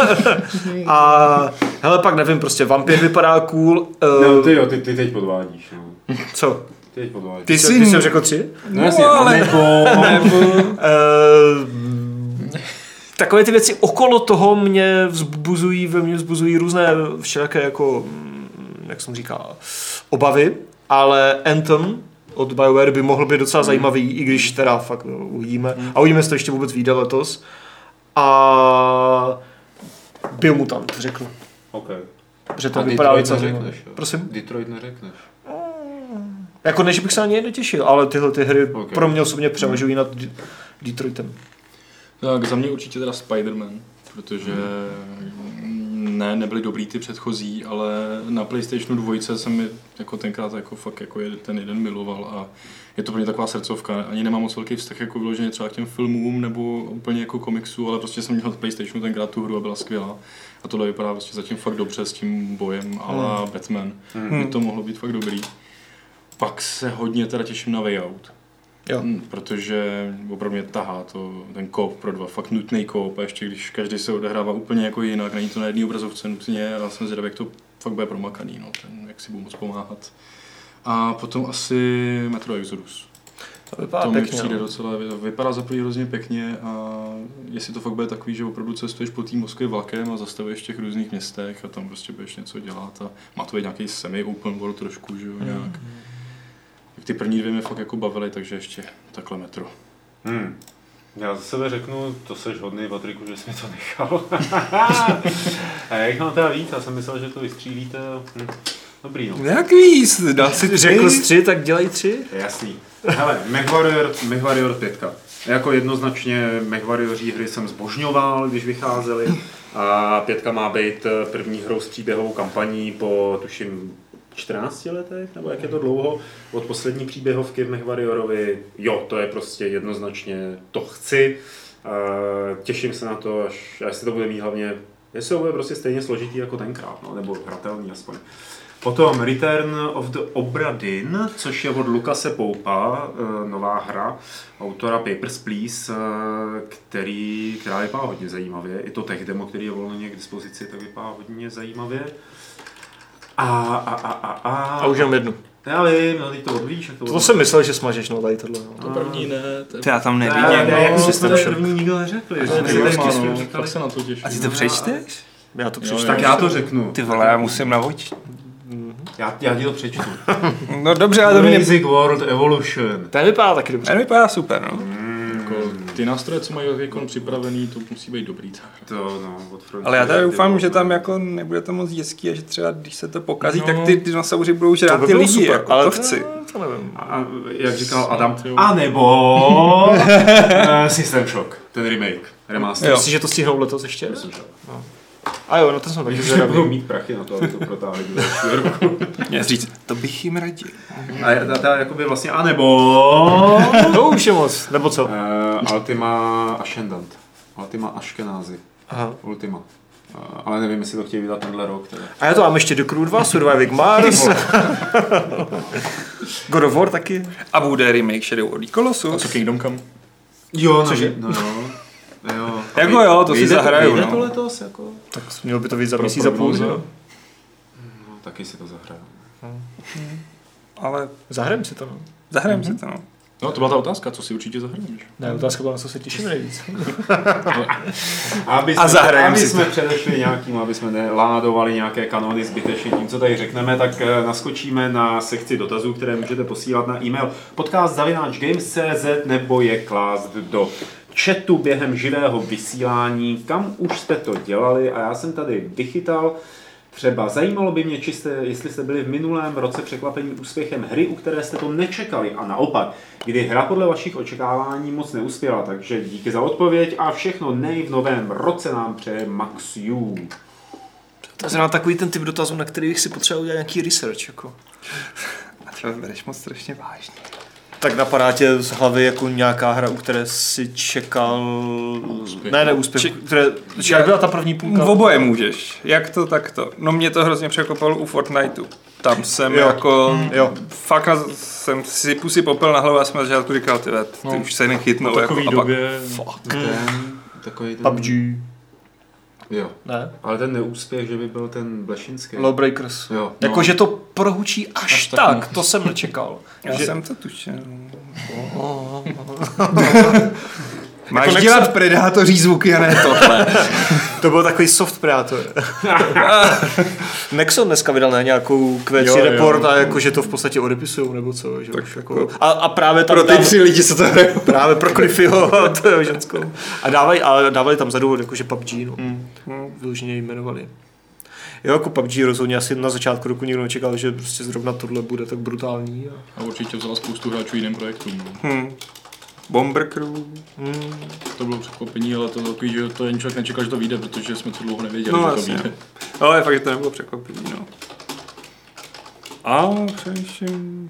A hele, pak nevím, prostě Vampír vypadá cool. No, ty jo, ty, ty teď podvádíš, no. Co? Ty teď podvádíš. Ty jsi, ty jsi řekl tři? No jasně, ale... nebo... nebo... Uh, takové ty věci okolo toho mě vzbuzují, ve mně vzbuzují různé všelijaké jako, jak jsem říkal, obavy, ale Anthem od BioWare by mohl být docela zajímavý, i když teda fakt no, uvidíme. A uvidíme, jestli to ještě vůbec vyjde letos. A Biomutant, řekl. OK. Že to a vypadá Detroit docela neřekneš, jo? Prosím? Detroit neřekneš. Jako než bych se na něj netěšil, ale tyhle ty hry Okay. pro mě osobně převažují nad D- Detroitem. Tak za mě určitě teda Spider-Man, protože ne, nebyly dobrý ty předchozí, ale na PlayStationu dva jsem mi jako tenkrát jako fakt jako ten jeden miloval a je to pro mě taková srdcovka. Ani nemám moc velký vztah jako vyloženě třeba k těm filmům nebo úplně jako komiksu, ale prostě jsem měl na PlayStationu tenkrát tu hru a byla skvělá. A tohle vypadá prostě zatím fakt dobře s tím bojem a la hmm. Batman. Hmm. By to mohlo být fakt dobrý. Pak se hodně teda těším na Way Out. Jo. Protože opravdu mě tahá to, ten koop pro dva, fakt nutný koop a ještě když každý se odehrává úplně jako jinak, není to na jedné obrazovce nutně a jsem zvědavý, jak to fakt bude promakaný, no, ten, jak si budu moc pomáhat. A potom asi Metro Exodus. To vypadá to mi pěkně, přijde no. docela, vypadá za první hrozně pěkně a jestli to fakt bude takový, že opravdu cestuješ po té Moskvě vlakem a zastavuješ v těch různých městech a tam prostě budeš něco dělat a má to být nějaký semi-open world trošku, že jo, nějak. Mm. Ty první dvě mě fakt jako bavily, takže ještě takhle Metro. Hmm. Já za sebe řeknu, to seš hodný, Patriku, že jsi mi to nechal. A jak mám teda víc? Já jsem myslel, že to vystřílíte. Hm. Dobrý, no. Jak víc? Dal si tři? Řekl jsi tři, tak dělej tři. Jasný. Hele, MechWarrior, MechWarrior pět. Jako jednoznačně MechWarrioří hry jsem zbožňoval, když vycházely. A pětka má být první hrou s příběhovou kampaní po, tuším, čtrnácti letech, nebo jak je to dlouho, od poslední příběhovky v MechWarriorovi. Jo, to je prostě jednoznačně, to chci. Těším se na to, až, až se to bude mít hlavně, jestli to bude prostě stejně složitý jako tenkrát, no, nebo hratelný aspoň. Potom Return of the Obra Dinn, což je od Lukase Poupa, nová hra, autora Papers, Please, který, která vypadá hodně zajímavě. I to tech demo, který je volně k dispozici, tak vypadá hodně zajímavě. A, a, a, a, a... A už jenom jednu. Já vím, no teď to odvíš. Jak to, to jsem myslel, že smažeš, no tady tohle. No. To první ne. To já tam nevidím. Ne, ne, jak no, jsme to první nikdo neřekli. Tak se na to těším. A ty to přečteš? Já to přečtu. Tak já to řeknu. Ty vole, já musím navočit. Já, já ti to přečtu. No dobře, ale to mi Basic World Evolution. Ten vypadá taky dobře. Ten vypadá super, no. Mm. Ty nástroje, co mají Vicon připravený, to musí být dobrý. To, no, od Frontier, Ale já teda doufám, ty, že tam jako nebude to moc dětský a že třeba když se to pokazí, No. tak ty dinosauři budou žrát by ty bylo lidi, super, jako, ale to to- chci. To nevím. A jak říkal Adam, Jo. a nebo uh, System Shock, ten remake, remaster. Jo. Myslíš, že to stihnou letos ještě? Myslím, že jo. A jo, no to jsem taky Že budou zvědavý. mít prachy na to, aby to protáhli do dalšího roku. Mě říct, to bych jim radil. A je ta, ta jakoby vlastně, a nebo To už je moc, nebo co? uh, Ultima Ascendant, Ultima Ashkenazi, Aha. Ultima. Uh, ale nevím, jestli to chtějí vydat tenhle rok. Teda. A já to mám ještě The Crew dva, Surviving Mars. God of War taky. A bude remake Shadow of the Colossus. A co Kingdom Come? Jo, Cože? no, no, jo. Jako jo, to si Vyjde zahraju, vyjde no. to letos, jako? Tak mělo by to víc za Pro měsíc za půl, prognóza. že jo? No, taky si to zahraju. Ale Zahrajeme si to, no. zahrajem si to, no. No, to byla ta otázka, co si určitě zahraješ. Ne, otázka byla, na co se těším nejvíc. Aby A jsme, zahrajeme aby si jsme předešli nějakým, aby jsme neládovali nějaké kanony zbytečně tím, co tady řekneme, tak eh, naskočíme na sekci dotazů, které můžete posílat na e-mail podcast zavináč games tečka cé zet nebo je klást do chatu během živého vysílání, kam už jste to dělali a já jsem tady vychytal. Třeba zajímalo by mě, či jste, jestli jste byli v minulém roce překvapení úspěchem hry, u které jste to nečekali a naopak, kdy hra podle vašich očekávání moc neuspěla. Takže díky za odpověď a všechno nej v novém roce nám přeje Max You. To je zrovna takový ten typ dotazů, na kterých si potřeba udělat nějaký research, jako. A třeba bereš moc strašně vážně. Tak napadá tě z hlavy jako nějaká hra, u které si čekal... Úspěch. Ne, ne, úspěch. Či- Které... Či jak byla ta první půlka? V oboje můžeš. Jak to, tak to. No mě to hrozně překvapilo u Fortniteu. Tam jsem Jo. jako... Jo. Fakt na, jsem si pusy popel na hlavu a jsem na začátku říkal, ty, ty No. už se nechytnou. Po takový jako, a pak- době... Ten, takový ten... P U B G. Jo. Ne? Ale ten neúspěch, že by byl ten Blešinský. Lawbreakers. Jo. Jako, No. že to prohučí až, Až tak, tak, tak, to jsem nečekal. Já že... jsem to tušil. Máš Máš dělat predátoří zvuky a ne tohle. To byl takový soft predátor. Nexon dneska vydal na nějakou Q tři Jo, jo. report a jako, že to v podstatě odepisujou, nebo co. Že Tak už jako... jako- a, a právě tam... Pro ty tam tři lidi se to hrajou. právě pro Cliffyho a to je ženskou. A dávají, a dávali tam za důvod, jako, že P U B G, no. Mm. Vyloženě jmenovali. Jo, jako P U B G rozhodně asi na začátku roku nikdo nečekal, že prostě zrovna tohle bude tak brutální. A... A určitě vzala spoustu hráčů jiným projektům. No. Hmm. Bomber Crew. Hmm. To bylo překvapení, ale to takový, že to jen člověk nečekal, že to vyjde, protože jsme to dlouho nevěděli, No že to jasně. vyjde. Ale fakt, že to nebylo překvapení, no. A přemýšlím...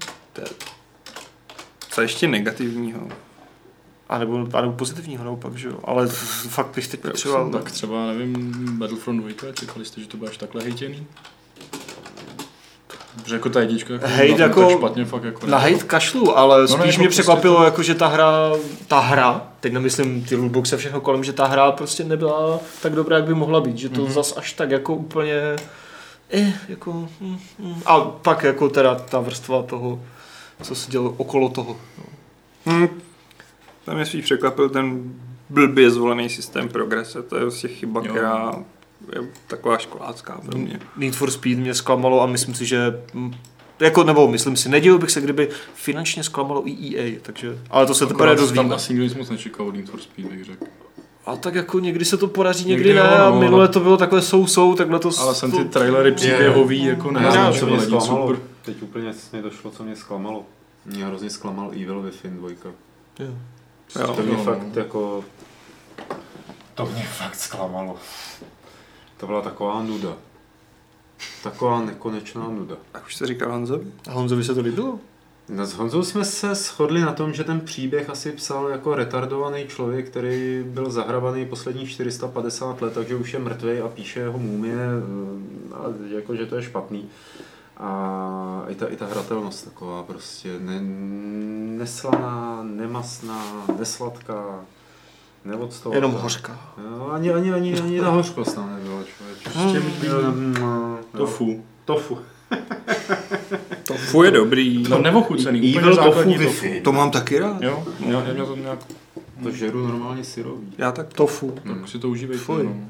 Co ještě negativního? A nebo, a nebo pozitivního naopak, že jo. Ale fakt bych teď potřeboval... Tak třeba, nevím, Battlefront dva, čekali jste, že to bude až takhle hejtěný? Protože jako ta jednička jako, Hejt byla jako- tak špatně, fakt jako Na hejt kašlu, ale no, spíš jako mě prostě překvapilo, to- jako, že ta hra, ta hra, teď nemyslím ty lootboxy a všechno kolem, že ta hra prostě nebyla tak dobrá, jak by mohla být, že to mm-hmm. zas až tak jako úplně, eh, jako, mm, mm. A pak jako teda ta vrstva toho, co se dělo okolo toho. No. Hmm. Tam mě spíš překvapil ten blbě zvolený systém progrese, to je vlastně chyba, Jo. která je taková školácká pro mě. Need for Speed mě zklamalo a myslím si, že mm, jako, nebo myslím si, nedělal bych se, kdyby finančně zklamalo i E A, takže, ale to se teprve Akorát dozvíme. tam asi nikdo nic moc nečekal od Need for Speed, bych řekl. A tak jako někdy se to podaří, někdy, Někdy ne, jo, a no, minule no. to bylo takhle sou-sou, takhle to... Ale jsem ty to... trailery příběhový, jako Já, neznám, co co mě bylo nic zklamalo, super. teď úplně mě došlo, co mě zklamalo. Mě hrozně zklamal Evil Within dva. Jo. Jo. To mě No. fakt jako... To mě fakt zklamalo. To byla taková nuda. Taková nekonečná nuda. A už jsi říkal Honzovi? A Honzovi se to líbilo? No, s Honzou jsme se shodli na tom, že ten příběh asi psal jako retardovaný člověk, který byl zahrabaný posledních čtyři sta padesát let, takže už je mrtvej a píše jeho mumie, a jako, že to je špatný. A i ta, i ta hratelnost taková prostě ne, neslaná, nemastná, nesladká, neodstovatá. Jenom hořká. Jo, ani, ani, ani, ani ta hořkost tam nebyla, člověče. Prostě Mm, no, tofu. Tofu. Tofu je dobrý. No neochucený, Evil úplně tofu základní tofu. Wi-Fi. To mám taky rád. Jo, já, já měl to nějak, To žeru normálně syrový. Já tak. Tofu. tak si to užívejte. Fuj. No.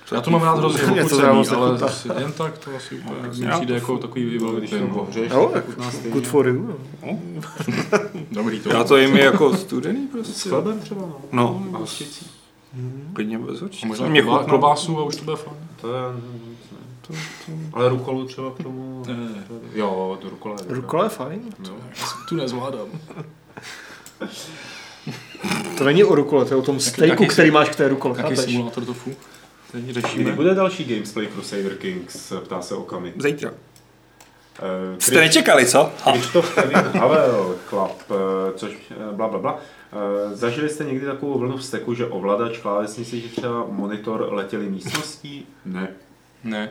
Já to mám rád hrozně Mě to ochucený, zároveň ale nechutná. zase jen tak to asi úplně No, mi já přijde to jako furt- takový Když vyvolitý. to pohřeješ, Jo, tak chutná stejně. Good for you. no. Dobrý to. Já to jim jako studený prostě. S chlebem třeba, no. No. A hořčicí. Klidně bez A určitě. možná Mě klobá, chutná. klobásu a už to bude fajn. To je... To, to... Ale rukolu třeba k tomu... Ne. Jo, to rukola je dobrá. Rukola je fajn. Jo. Já tu nezvládám. To není o rukole, to je o tom stejku, jaký který si- máš k té rukole. Jaký chápeš? simulátor tofu? Teď Kdy řešíme. bude další Gamesplay Crusader Kings, ptá se Okami. Zítra. Uh, Jste nečekali, co? Krištof Kevin Havel, chlap, eh, což eh, bla, bla, bla. Eh, Zažili jste někdy takovou vlnu vzteku, že ovladač, klávesnice, že třeba monitor letěli místností? Ne. Ne.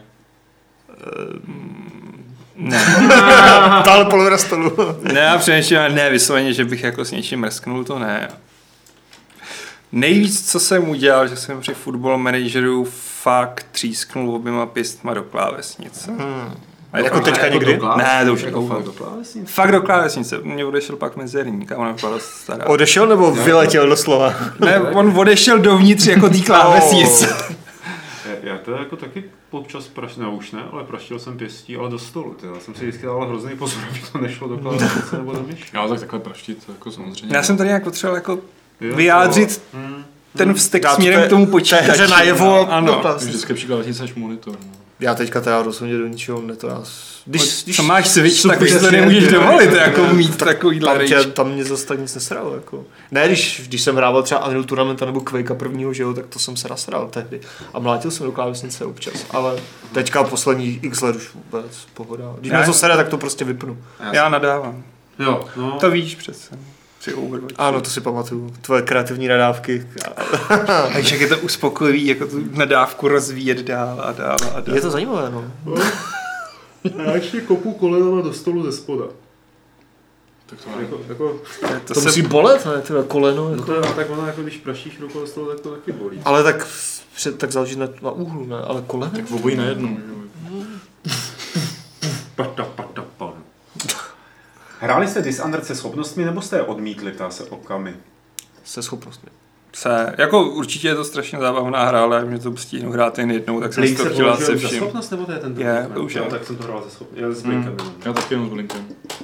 Ne. Táhle polovina stolu. Ne, já přemýšlím, ne, vysloveně, že bych jako s něčím mrsknul, to ne. Nejvíc, co jsem udělal, že jsem při Football Manageru fakt třísknul oběma pěstma do klávesnice. Hmm. A Jako teďka někdy? Ne, to už jako jako fakt do klávesnice. Fakt do klávesnice. Mě odešel pak mezerník a ona byla dost stará. Odešel nebo vyletěl doslova? Ne, on odešel dovnitř jako tý klávesnice. Já, já to jako taky občas praštil, ne už ne, ale praštil jsem pěstí, ale do stolu. Teda. Já jsem si vždycky dal hrozný pozor, aby to nešlo do klávesnice nebo do myši. Já tak takhle praštit, jako samozřejmě. Já jsem tady nějak potřeboval jako Jo, vyjádřit to- hmm. ten vztek Dát směrem té- k tomu té počítači. hře najevo. Ano. do To je klávesnice. vždycky lepší klávesnice než monitor. No. Já teďka teda rozhodně do ničeho ne to já... Když, když Co máš Switch, tak už to přesně, nemůžeš ty- dovolit, jako mít takovýhle tam, tě, rage. tam mě zase tak nic nesralo. Jako. Ne, když, když jsem hrával třeba Unreal Tournamenta nebo Quakea prvního, že jo, tak to jsem se nasral tehdy. A mlátil jsem do klávesnice občas, ale teďka poslední x let už vůbec pohoda. Když Já- mě to sere, tak to prostě vypnu. Já nadávám. Jo, no. To víš přece. Při Overwatchi. Ano, to si pamatuju. Tvoje kreativní nadávky. Takže jak je to uspokojivý, jako tu nadávku rozvíjet dál a dál a dál. Je to zajímavé, no. Já ještě kopu kolenama do stolu ze spoda. Tak to Jako, jako, To, To se... musí bolet, ne, tyhle koleno. no Jako. to je, tak ono, jako když praštíš rukou do stolu, tak to taky bolí. Ale tak, před, tak záleží na, na úhlu, ne, ale koleno. tak obojí najednou. jo. Pata, pata, pan. Hráli jste Dishonored se schopnostmi, nebo jste je odmítli, ptá se Okami. Se schopnostmi. se, jako určitě je to strašně zábavná hra, ale mě to stihnu hrát jen jednou, tak jsem si Link to se chtěla se považuje za vším. schopnost, nebo to je ten druhý? Je, Ne, to už jo, je. tak jsem to hrál ze schopnost. Já s Linkem. Hmm. jenom. Já taky jenom s Linkem.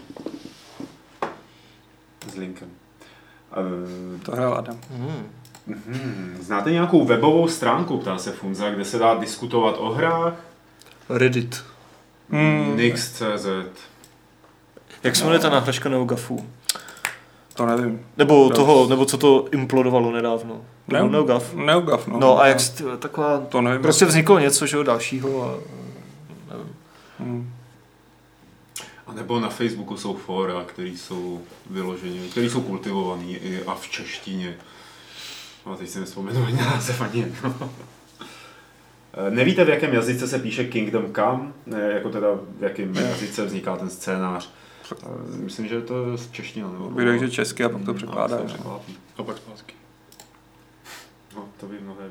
S Linkem. Uh, To hrál Adam. Hmm. hmm. Znáte nějakou webovou stránku, ptá se Funza, kde se dá diskutovat o hrách? Reddit. Hmm. Nix tečka cé zet. Jak se jmenuje ta náhražka NeoGAFu? To nevím. Nebo No. toho, nebo co to implodovalo nedávno. Ne- No, NeoGAF. Neogav, no. No a jak jsi, taková, To nevím. prostě vzniklo něco, že jo, dalšího a nevím. Hmm. A nebo na Facebooku jsou fóra, které jsou vyloženě, které jsou kultivované i a v češtině. No a teď si nevzpomenu ani název ani jedno. Nevíte, v jakém jazyce se píše Kingdom Come? Ne, jako teda v jakém jazyce vzniká ten scénář? Myslím, že to je z čeština. Nebo Bych řekl, že česky a pak to překládá. No, překládá. A pak zpátky. No, to by mnohé...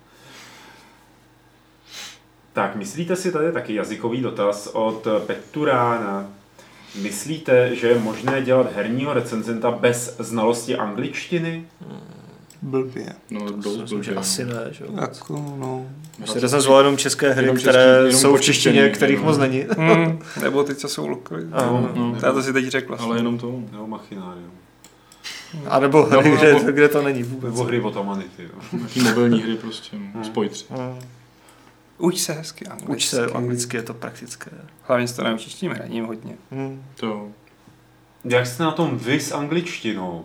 Tak, myslíte si, tady je taky jazykový dotaz od Peturána. Myslíte, že je možné dělat herního recenzenta bez znalosti angličtiny? Blbě. No, To dost myslím, že blbě, asi no. ne, že jo. Jako, no. Prostě recenzoval jenom české hry, Jenom český, které jenom jsou v počíštěný, češtině, kterých no. moc není. Hmm. Nebo ty, co jsou lokální. Ano. No. Já to si teď řekl. Ale jenom to. Nebo Machinarium. A nebo hry, Nebo- kde, kde to není vůbec. Nebo hry od Amanity. Jo. Jaký mobilní hry prostě, no. Spoj tři. Hmm. Uč se hezky anglicky. Uč se, anglicky je to praktické. Hlavně se to naučíš tím hraním hodně. Hmm. To. Jak jste na tom vy s angličtinou?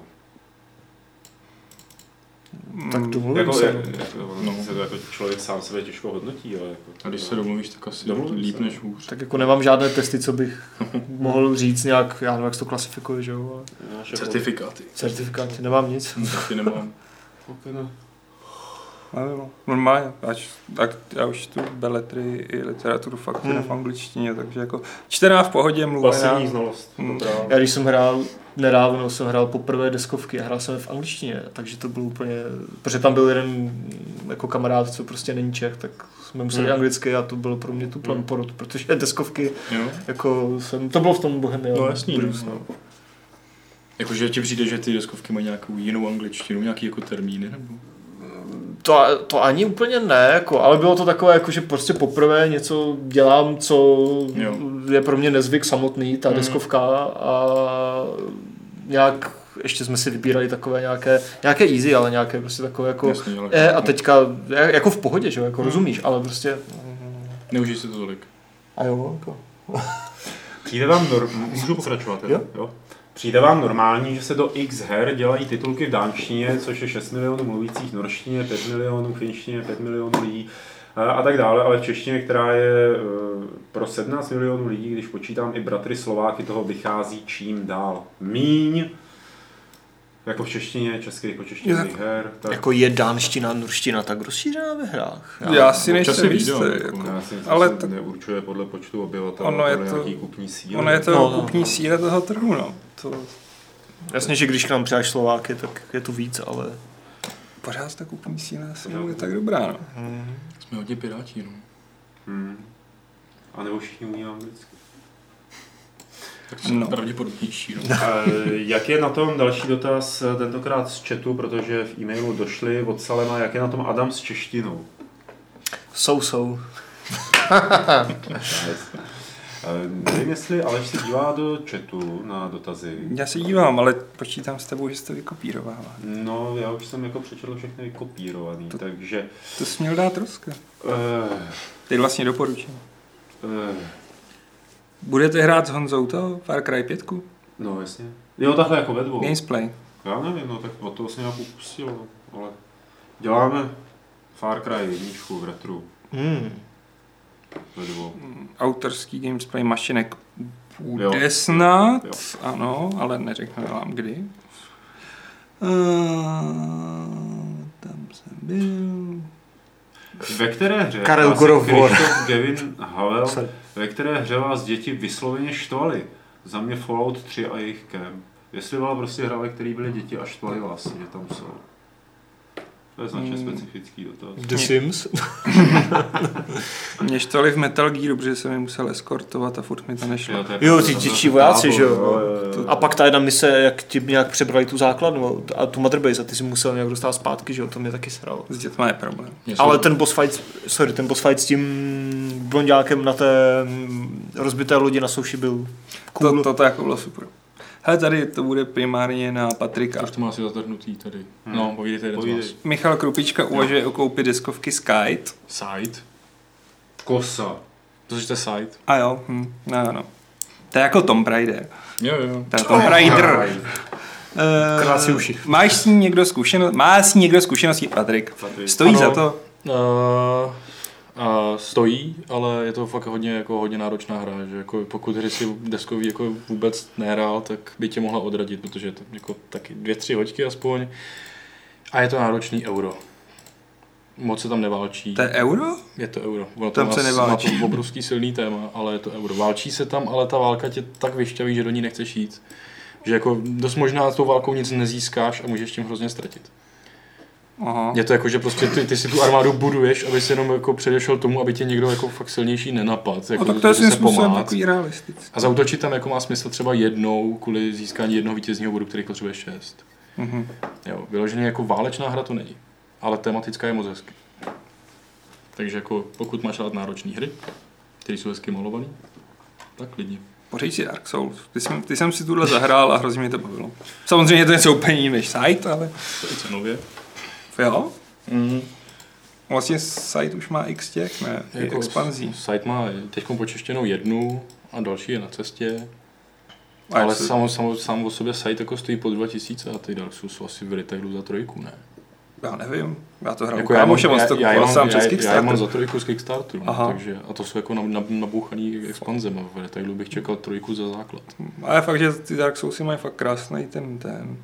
Tak Hmm. domluvím Jako, se. jak, no. jako, No. se to jako člověk sám sebe těžko hodnotí, ale jako... A když se domluvíš, tak asi Domluvím líp se. než hůř. Tak jako nemám žádné testy, co bych mohl říct nějak, já nevím, jak se to klasifikuje, že jo, ale Naše Certifikáty. certifikáty nemám nic. No, taky nemám. pokojno. Nevím, no. Normálně, ač, tak já už tu beletry i literaturu fakt Hmm. hmm. v angličtině, takže jako čtená v pohodě, mluvená. Pasivní znalost. Hmm. Dobrá. Já když jsem hrál nedávno, jsem hrál poprvé deskovky a hrál jsem je v angličtině, takže to bylo úplně, protože tam byl jeden jako kamarád, co prostě není Čech, tak jsme museli Hmm. anglicky a to byl pro mě tu plan Hmm. porod, protože deskovky, Jo? jako jsem, to bylo v tom Bohemian No jasný, Blues, no. no. Jakože ti přijde, že ty deskovky mají nějakou jinou angličtinu, nějaký jako termíny, nebo? To, to ani úplně ne, jako, ale bylo to takové, jako, že prostě poprvé něco dělám, co jo. je pro mě nezvyk samotný, ta mm. deskovka a nějak ještě jsme si vybírali takové nějaké, nějaké easy, ale nějaké prostě takové jako Jasný, ale... e, a teďka jako v pohodě, že jako mm. rozumíš, ale prostě neužij si to tolik. A jo, jako. Přijde vám, nor... můžu pokračovat, jo? Jo? Přijde vám normální, že se do X her dělají titulky v dánštině, což je šest milionů mluvících, v norštině pět milionů, v finštině pět milionů lidí a tak dále, ale v češtině, která je pro sedmnáct milionů lidí, když počítám i bratry Slováky, toho vychází čím dál míň. Jako v češtině, česky jako češtině jak, her. Tak... Jako je dánština, norština tak rozšířená ve hrách. Já, já si nejsem jistý. Jako, já si ale to neurčuje podle počtu obyvatel, ono je podle to, nějaký kupní síly. Ono je to no, kupní no. síla toho trhu, no. To... Jasně, že když k nám přijáš Slováky, tak je to víc, ale... Pořád ta kupní síla asi je tak dobrá, no. Hmm. Jsme hodně pirátí, no. Hmm. A nebo všichni umí anglicky. Tak to no. pravděpodobnější. No. Jak je na tom další dotaz, tentokrát z chatu, protože v e-mailu došli od Salema, jak je na tom Adam s češtinou? Jsou, jsou. Nevím, jestli Aleš se dívá do chatu na dotazy. Já se dívám, ale počítám s tebou, že jsi to vykopírovává. No, já už jsem jako přečetl všechny vykopírovaný, to, takže... To jsi měl dát Ruska. Uh, Teď vlastně doporučím. Uh, Budete hrát s Honzou to? Far Cry pět? No, jasně. Jo, takhle jako ve dvou. Gamesplay. Já nevím, no tak o to vlastně nějak upustil, ale děláme Far Cry jedničku v retru. Hmm. Ve dvou. Autorský gamesplay mašinek bude jo. snad, jo. ano, ale neřekneme vám kdy. Uh, tam jsem byl... Ve které hře Karel Gorovor. Gavin Havel, ve které hře vás děti vysloveně štvali? Za mě Fallout tři a jejich camp. Jestli byla prostě hra, ve které byly děti a štvali vás, že tam jsou. To je značně hmm. specifický dotaz. The Sims? Mě štvali v Metal Gearu, protože jsem mi musel eskortovat a furt mi to nešlo. Jo, jo ty dětší vojáci, že jo? A pak ta jedna mise, jak ti nějak přebrali tu základnu a tu Mother Base a ty si musel nějak dostat zpátky, že jo? To mě taky sralo. S dětma je problém. Ale ten boss fight, sorry, ten boss fight s tím blonďákem na té rozbité lodi na souši byl cool. To, to, to jako bylo super. Hele, tady to bude primárně na Patrika. Už to má asi zatrhnutý tady. Hmm. No, povídejte jeden z vás. Michal Krupička uvažuje o koupi deskovky Skype. Site? Kosa. To je site. A jo, hm, no, no. To je jako Tomb Raider. Jo, jo. To je Tomb Raider. Uh, Krásný uši. Máš s ní někdo zkušenost? Má s ní někdo zkušeností, Patrik? Patrik. Stojí ano, za to? Uh, uh, stojí, ale je to fakt hodně, jako, hodně náročná hra, že jako, pokud hry si deskový jako vůbec nehrál, tak by tě mohla odradit, protože je to jako taky dvě, tři hoďky aspoň. A je to náročný euro. Moc se tam neválčí. To je euro? Je to euro. Ono tam se neválčí. Má to obrovský silný téma, ale je to euro. Válčí se tam, ale ta válka tě tak vyšťaví, že do ní nechceš jít. Že jako dost možná s tou válkou nic nezískáš a můžeš tím hrozně ztratit. Aha. Je to jako, že prostě ty, ty si tu armádu buduješ, aby si jenom jako předešel tomu, aby tě někdo jako fakt silnější nenapad. Jako, a tak to je svým způsobem takový realistický. A zaútočit tam jako má smysl třeba jednou kvůli získání jednoho vítězního bodu, který potřebuje šest. Mm-hmm. Jo, vyloženě jako válečná hra to není, ale tematická je moc hezky. Takže jako pokud máš rád náročné hry, které jsou hezky malované, tak klidně. Pořiď si Dark Souls. Ty jsem, ty jsem si tuhle zahrál a hrozně mě to bavilo. Samozřejmě to je něco úplně jiný než Site, ale... To je cenově. Jo? Mm. Vlastně Site už má x těch, ne? Jako expanzí. Site má teď počeštěnou jednu a další je na cestě. A ale se... sám, sám, sám o sobě Site jako stojí po dva tisíce a ty Dark Souls jsou asi v retailu za trojku, ne? Já nevím, já to hraju. Jako já, mám, já, já, já, sám já, přes já, já mám za trojku z Kickstarteru, no, takže, a to jsou jako nabouchaný expanzema, v retailu bych čekal trojku za základ. Ale fakt, že ty Dark Soulsy mají fakt krásný ten, ten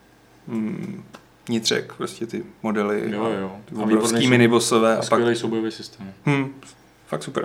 hmm, nitřek, prostě ty modely, jo, jo. ty obrovský minibosové. A skvělej soubojový systém. Hmm, fakt super.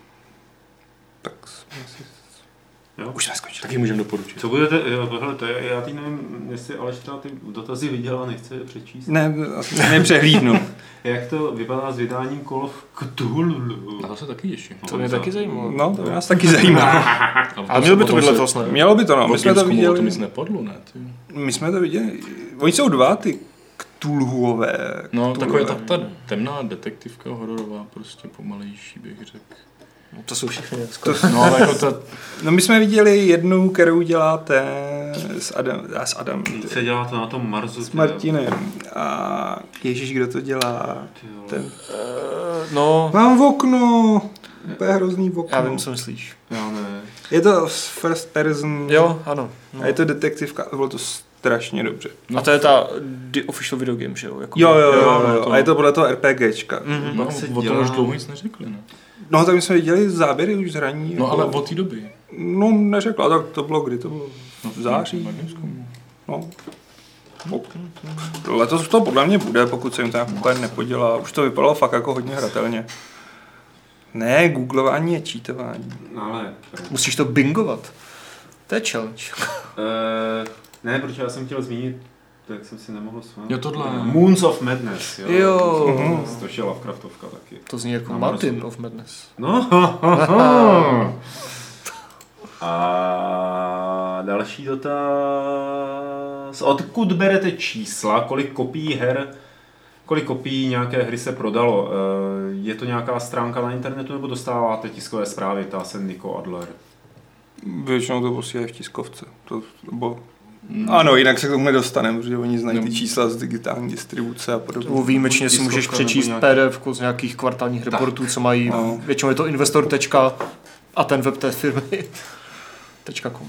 Tak si... Jo? Už jsme skončili. Taky můžeme doporučit. Co budete, jo, hele, to je, já teď nevím, jestli Aleš třeba ty dotazy viděl a nechce je přečíst. Ne, asi nepřehlídnu. Jak to vypadá s vydáním Call of Cthulhu? Na to se taky těším. To mě taky zajímalo. No, to mě nás taky zajímá. Ale mělo by to být letos, ne? Mělo by to, no. My jsme to viděli. To nic nepadlo, ne? Ty. My jsme to viděli. Oni jsou dva, ty Cthulhuové. No, taková ta, ta temná detektivka hororová, prostě pomalejší bych řekl. No, to jsou všechny. To, no, ale jako ta... no my jsme viděli jednu, kterou děláte s Adam, a s Adam. Se dělá to na tom Marsu. S Martinem. A ježíš, kdo to dělá? Ten... Uh, no... Mám v okno. To je hrozný v okno. Já vím, co myslíš. Já ne. Je to first person. Jo, ano. No. A je to detektivka. Bylo to strašně dobře. No. A to je ta The Official Video Game, že jo? Jako jo, jo, jo, jo, jo, jo. A je to podle toho RPGčka. Mm-hmm. No, o tom už dlouho nic neřekli, ne? No, tak my jsme viděli záběry už z hraní. No, jako... ale od té doby. No, neřekla, tak to bylo kdy? To bylo v září. No. Letos to podle mě bude, pokud se jim to nějak úplně nepodělá. Už to vypadalo fakt jako hodně hratelně. Ne, googlování je cheatování. No, ale... Musíš to bingovat. To je challenge. Uh, ne, protože já jsem chtěl zmínit, tak jsem si nemohl svát. Jo, tohle. Moons of Madness, jo. Jo. Mm-hmm. To je Lovecraftovka taky. To zní jako Na Mountain Marsu. of Madness. No. A další dotaz. Odkud berete čísla, kolik kopií her, kolik kopií nějaké hry se prodalo? Je to nějaká stránka na internetu nebo dostáváte tiskové zprávy? Ptá se Nico Adler. Většinou to posílají v tiskovce. To, bo... mm. Ano, jinak se k tomu nedostaneme, protože oni znají ty čísla z digitální distribuce a podobně. U výjimečně si můžeš přečíst nějaký... P D F z nějakých kvartálních reportů, co mají, no. Většinou je to investor. A ten web té firmy. .com.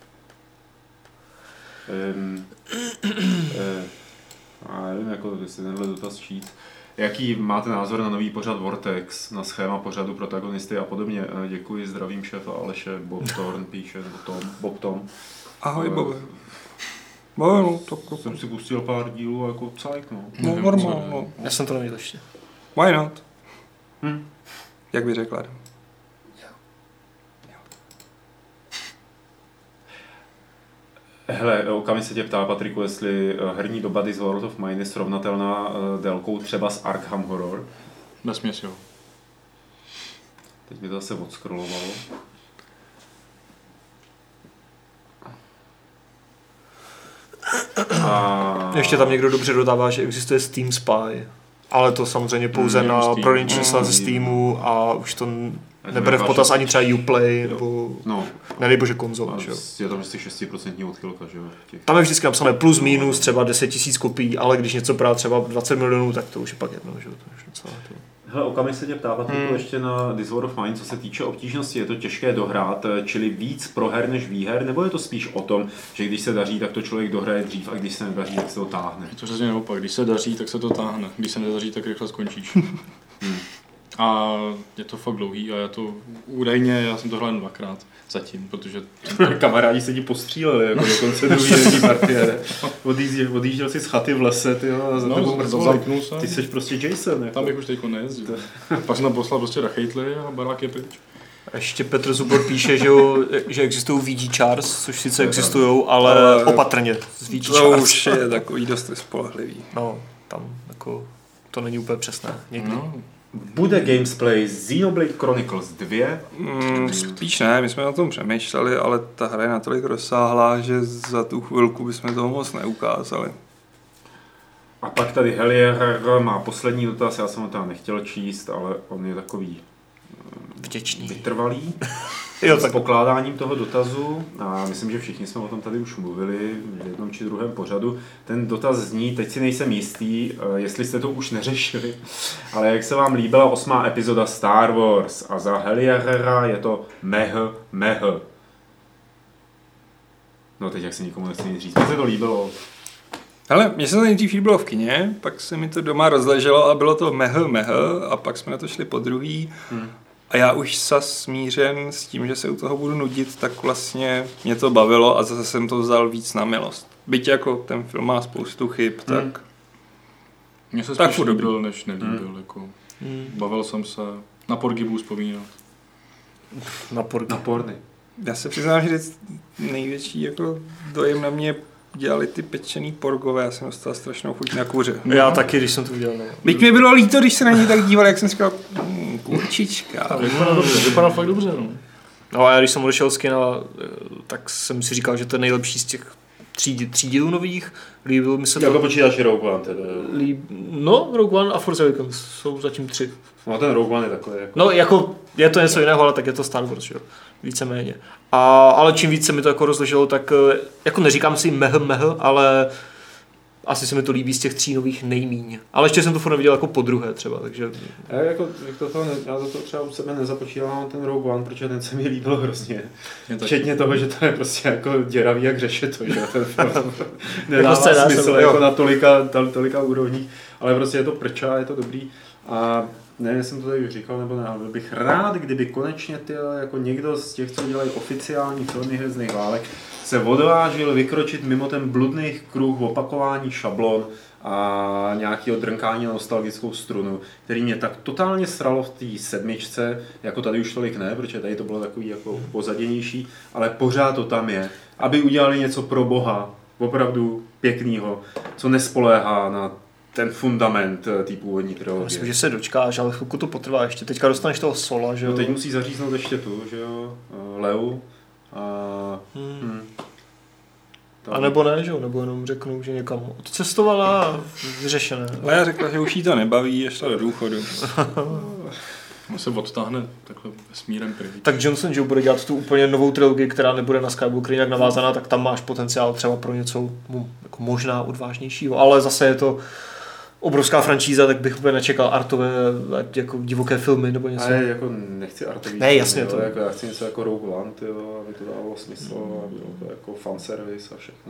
Um, uh, já nevím, jako, jestli tenhle dotaz čít. Jaký máte názor na nový pořad Vortex, na schéma pořadu, protagonisty a podobně? Děkuji, zdravím šéfa Aleše, Bob Thorn píše, nebo Tom, Bob Tom. Ahoj, uh, Bobe. No, no, to, to jsem si pustil pár dílů jako cajk, no. No, normálně, no. Já jsem to neviděl ještě. Why not? Hm. Jak by řekla? Hele, Okami se tě ptá, Patriku, jestli herní doba This World of Mine je srovnatelná délkou třeba s Arkham Horror. Vesměs jo. Teď mi to zase odscrollovalo. A... Ještě tam někdo dobře dodává, že existuje Steam Spy. Ale to samozřejmě pouze mm, na prodejní čísla ze Steamu a už to nebere v potaz ani třeba Uplay nebo no. nedej bože konzol. Je tam vždycky šest procent odchylka, že jo? Tam je vždycky napsané plus minus třeba deset tisíc kopií, ale když něco prá třeba dvacet milionů, tak to už je pak jedno, že jo? To už celé to... Hele, Okami se tě ptá, Patriku, hmm. ještě na This War of Mine, co se týče obtížnosti, je to těžké dohrát, čili víc proher než výher, nebo je to spíš o tom, že když se daří, tak to člověk dohraje dřív a když se nedaří, tak se to táhne? Je to přesně naopak, když se daří, tak se to táhne, když se nedaří, tak rychle skončíš. hmm. A je to fakt dlouhý a já to údajně, já jsem to hrál jen dvakrát zatím, protože kamarádi se ti postříleli, jako dokonce druhý partie. Odjížděl, odjížděl si z chaty v lese, ty jo, a za tebou mrzlo. Ty jsi prostě Jason. Jako. Tam bych už teďko nejezdil. Pak jsem tam poslal prostě rachejtly a barák je pryč. Ještě Petr Zubor píše, že, jo, že existují V G Chars, což sice existují, ale, ale opatrně z V G to Chars. Už je takový dost spolehlivý. No, tam jako to není úplně přesné. Někdy. No. Bude gamesplay Xenoblade Chronicles dva? Mm, spíš ne, my jsme o tom přemýšleli, ale ta hra je natolik rozsáhlá, že za tu chvilku bychom toho moc neukázali. A pak tady Helier má poslední dotaz, já jsem ho tam nechtěl číst, ale on je takový vděčný, vytrvalý jo, s pokládáním toho dotazu a myslím, že všichni jsme o tom tady už mluvili v jednom či druhém pořadu. Ten dotaz zní, teď si nejsem jistý, jestli jste to už neřešili, ale jak se vám líbila osmá epizoda Star Wars a za Heliera je to meh, meh. No teď jak se nikomu nechci nic říct, mně se to líbilo. Hele, mně se to nejdřív líbilo v kině, pak se mi to doma rozleželo a bylo to mehl, mehl a pak jsme na to šli po druhý. Hmm. A já už sa smířen s tím, že se u toho budu nudit, tak vlastně mě to bavilo a zase jsem to vzal víc na milost. Byť jako ten film má spoustu chyb, hmm. tak... Mně se spíš líbil, než nelíbil. Hmm. Jako. Hmm. Bavil jsem se, na Porgy budu vzpomínat. Na Porgy. Na porny. Já se přiznám, že největší jako dojem na mě dělali ty pečený porgové, já jsem dostal strašnou chuť na kuře. Já taky, když jsem to udělal. Ne. Byť mi bylo líto, když se na něj tak díval, jak jsem říkal, mmm, kurčička. Vypadá dobře, vypadá fakt dobře. No. No a já když jsem odešel z kina, tak jsem si říkal, že to je nejlepší z těch tří, tří dílů nových. Líbil mi se Jako to... počítač Rogue One teda. Líb... No, Rogue One a Force Awakens jsou zatím tři. No ten Rogue One je takový jako... No jako je to něco jiného, ale tak je to Star Wars, jo. Víceméně. A, ale čím víc se mi to jako rozleželo, tak jako neříkám si meh meh, ale asi se mi to líbí z těch tří nových nejmíň. Ale ještě jsem to furt neviděl jako po druhé třeba, takže... Já, jako, to toho ne, já za to třeba u sebe nezapočítávám ten Rogue One, protože ten se mi líbil hrozně. Včetně toho, že to je prostě jako děravý jak řešit to, že ten film nedává scénář, smysl nebo, jako na tolika, tolika úrovních, ale prostě je to prča, je to dobrý. A nevím, jestli jsem to tady už říkal nebo ne, ale byl bych rád, kdyby konečně ty, jako někdo z těch, co dělají oficiální filmy Hvězdných válek, se odvážil vykročit mimo ten bludný kruh opakování šablon a nějakého drnkání na nostalgickou strunu, který mě tak totálně sralo v té sedmičce, jako tady už tolik ne, protože tady to bylo takový jako pozaděnější, ale pořád to tam je. Aby udělali něco pro Boha, opravdu pěknýho, co nespoléhá na ten fundament té původní trilogie. Myslím, že se dočkáš, ale chvilku to potrvá ještě. Teďka dostaneš toho Sola, že jo? No teď musí zaříznout ještě tu, že jo, Leu. A, hmm. Hmm. A nebo ne, že jo? Nebo jenom řeknou, že někam odcestovala a vyřešené. Lea řekla, že už jí to nebaví, až to do důchodu. On se odtáhne takhle vesmírem první. Tak Johnson Joe bude dělat tu úplně novou trilogii, která nebude na Skywalker nějak navázaná, tak tam máš potenciál třeba pro něco jako možná odvážnějšího, ale zase je to obrovská franšíza, tak bych úplně nečekal artové jako divoké filmy nebo něco. Ale jako nechci artový. Ne, jasně jo, to. Jako já chci něco jako Rogue One, tyjo, aby to dávalo smysl, mm. aby bylo to jako fanservice a všechno.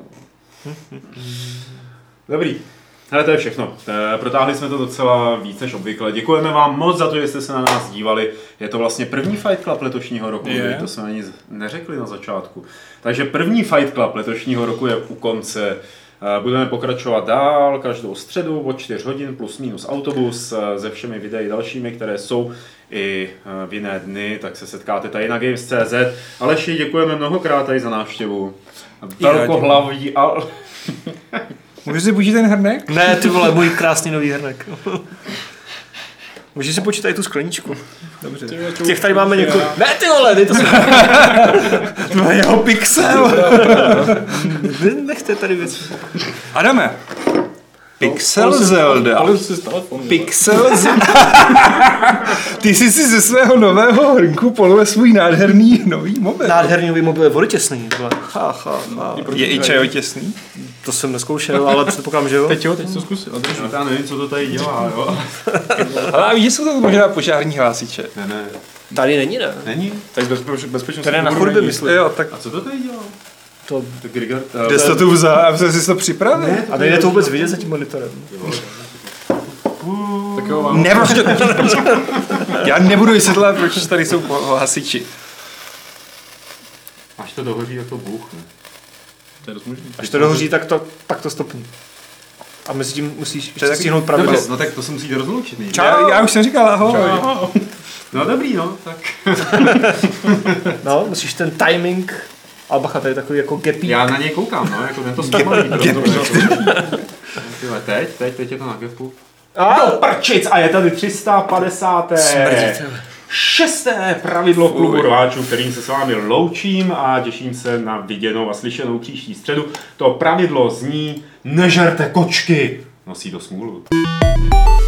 Dobrý. Ale to je všechno. Protáhli jsme to docela víc než obvykle. Děkujeme vám moc za to, že jste se na nás dívali. Je to vlastně první Fight Club letošního roku, je. To jsme ani neřekli na začátku. Takže první Fight Club letošního roku je u konce. Budeme pokračovat dál každou středu od čtyři hodin plus minus autobus se všemi videi dalšími, které jsou i v jiné dny, tak se setkáte tady na Games tečka cé zet. Aleši, děkujeme mnohokrát tady za návštěvu. Velkohlavý a... Můžeš si počít ten hrnek? Ne, ty vole, můj krásný nový hrnek. Můžeš si počítat i tu skleničku. Dobře. Těch tady máme několik. Ne, ty vole, dej to si. To je jeho pixel. Nechte tady věci. Adame. Pixel No, Zelda. Ale si z telefonu. Pixel Zelda. Ty jsi si ze svého nového hrnku poluje svůj nádherný nový mobil. Nádherný nový mobil je vodotěsný. Ha, ha, ha. Je i čajotěsný? To jsem neskoušel, ale předpokládám, že jo. Teď jo, teď to zkusil. No, já nevím, co to tady dělá, jo. Ale víš, jsou to možná požární hlásiče. Ne, ne. Tady není, ne? Není? Tak bezpeč, bezpečnost. Tady na chodbě, myslím. Jo, tak A co to tady dělá? To... To Grigor... kde jsi to tu vzal? Já jsem si to připravil. Ne, A nejde to vůbec vidět za tím monitorem. Tak jo, mám. Ne, prostě... Já nebudu vysvětlovat, proč tady jsou hasiči. Až to dohoří, jak to bouchne. To je dost možný. Až to dohoří, tak to, tak to stopní. A mezi tím musíš ještě taky- stihnout pravidlo. Dobře, no tak to se musíte rozloučit. nejprve. Já, já už jsem říkal ahoj. No dobrý, no, tak. No, musíš ten timing. A bacha, tady je takový jako gapík. Já na něj koukám, no, jako ten to zpomalí. Tyhle, teď, teď, teď je to na gapu. A, Do prčic a je tady tři sta padesáté šesté pravidlo klubu rváčů, kterým se s vámi loučím a těším se na viděnou a slyšenou příští středu. To pravidlo zní: nežerte kočky, nosí do smůlu.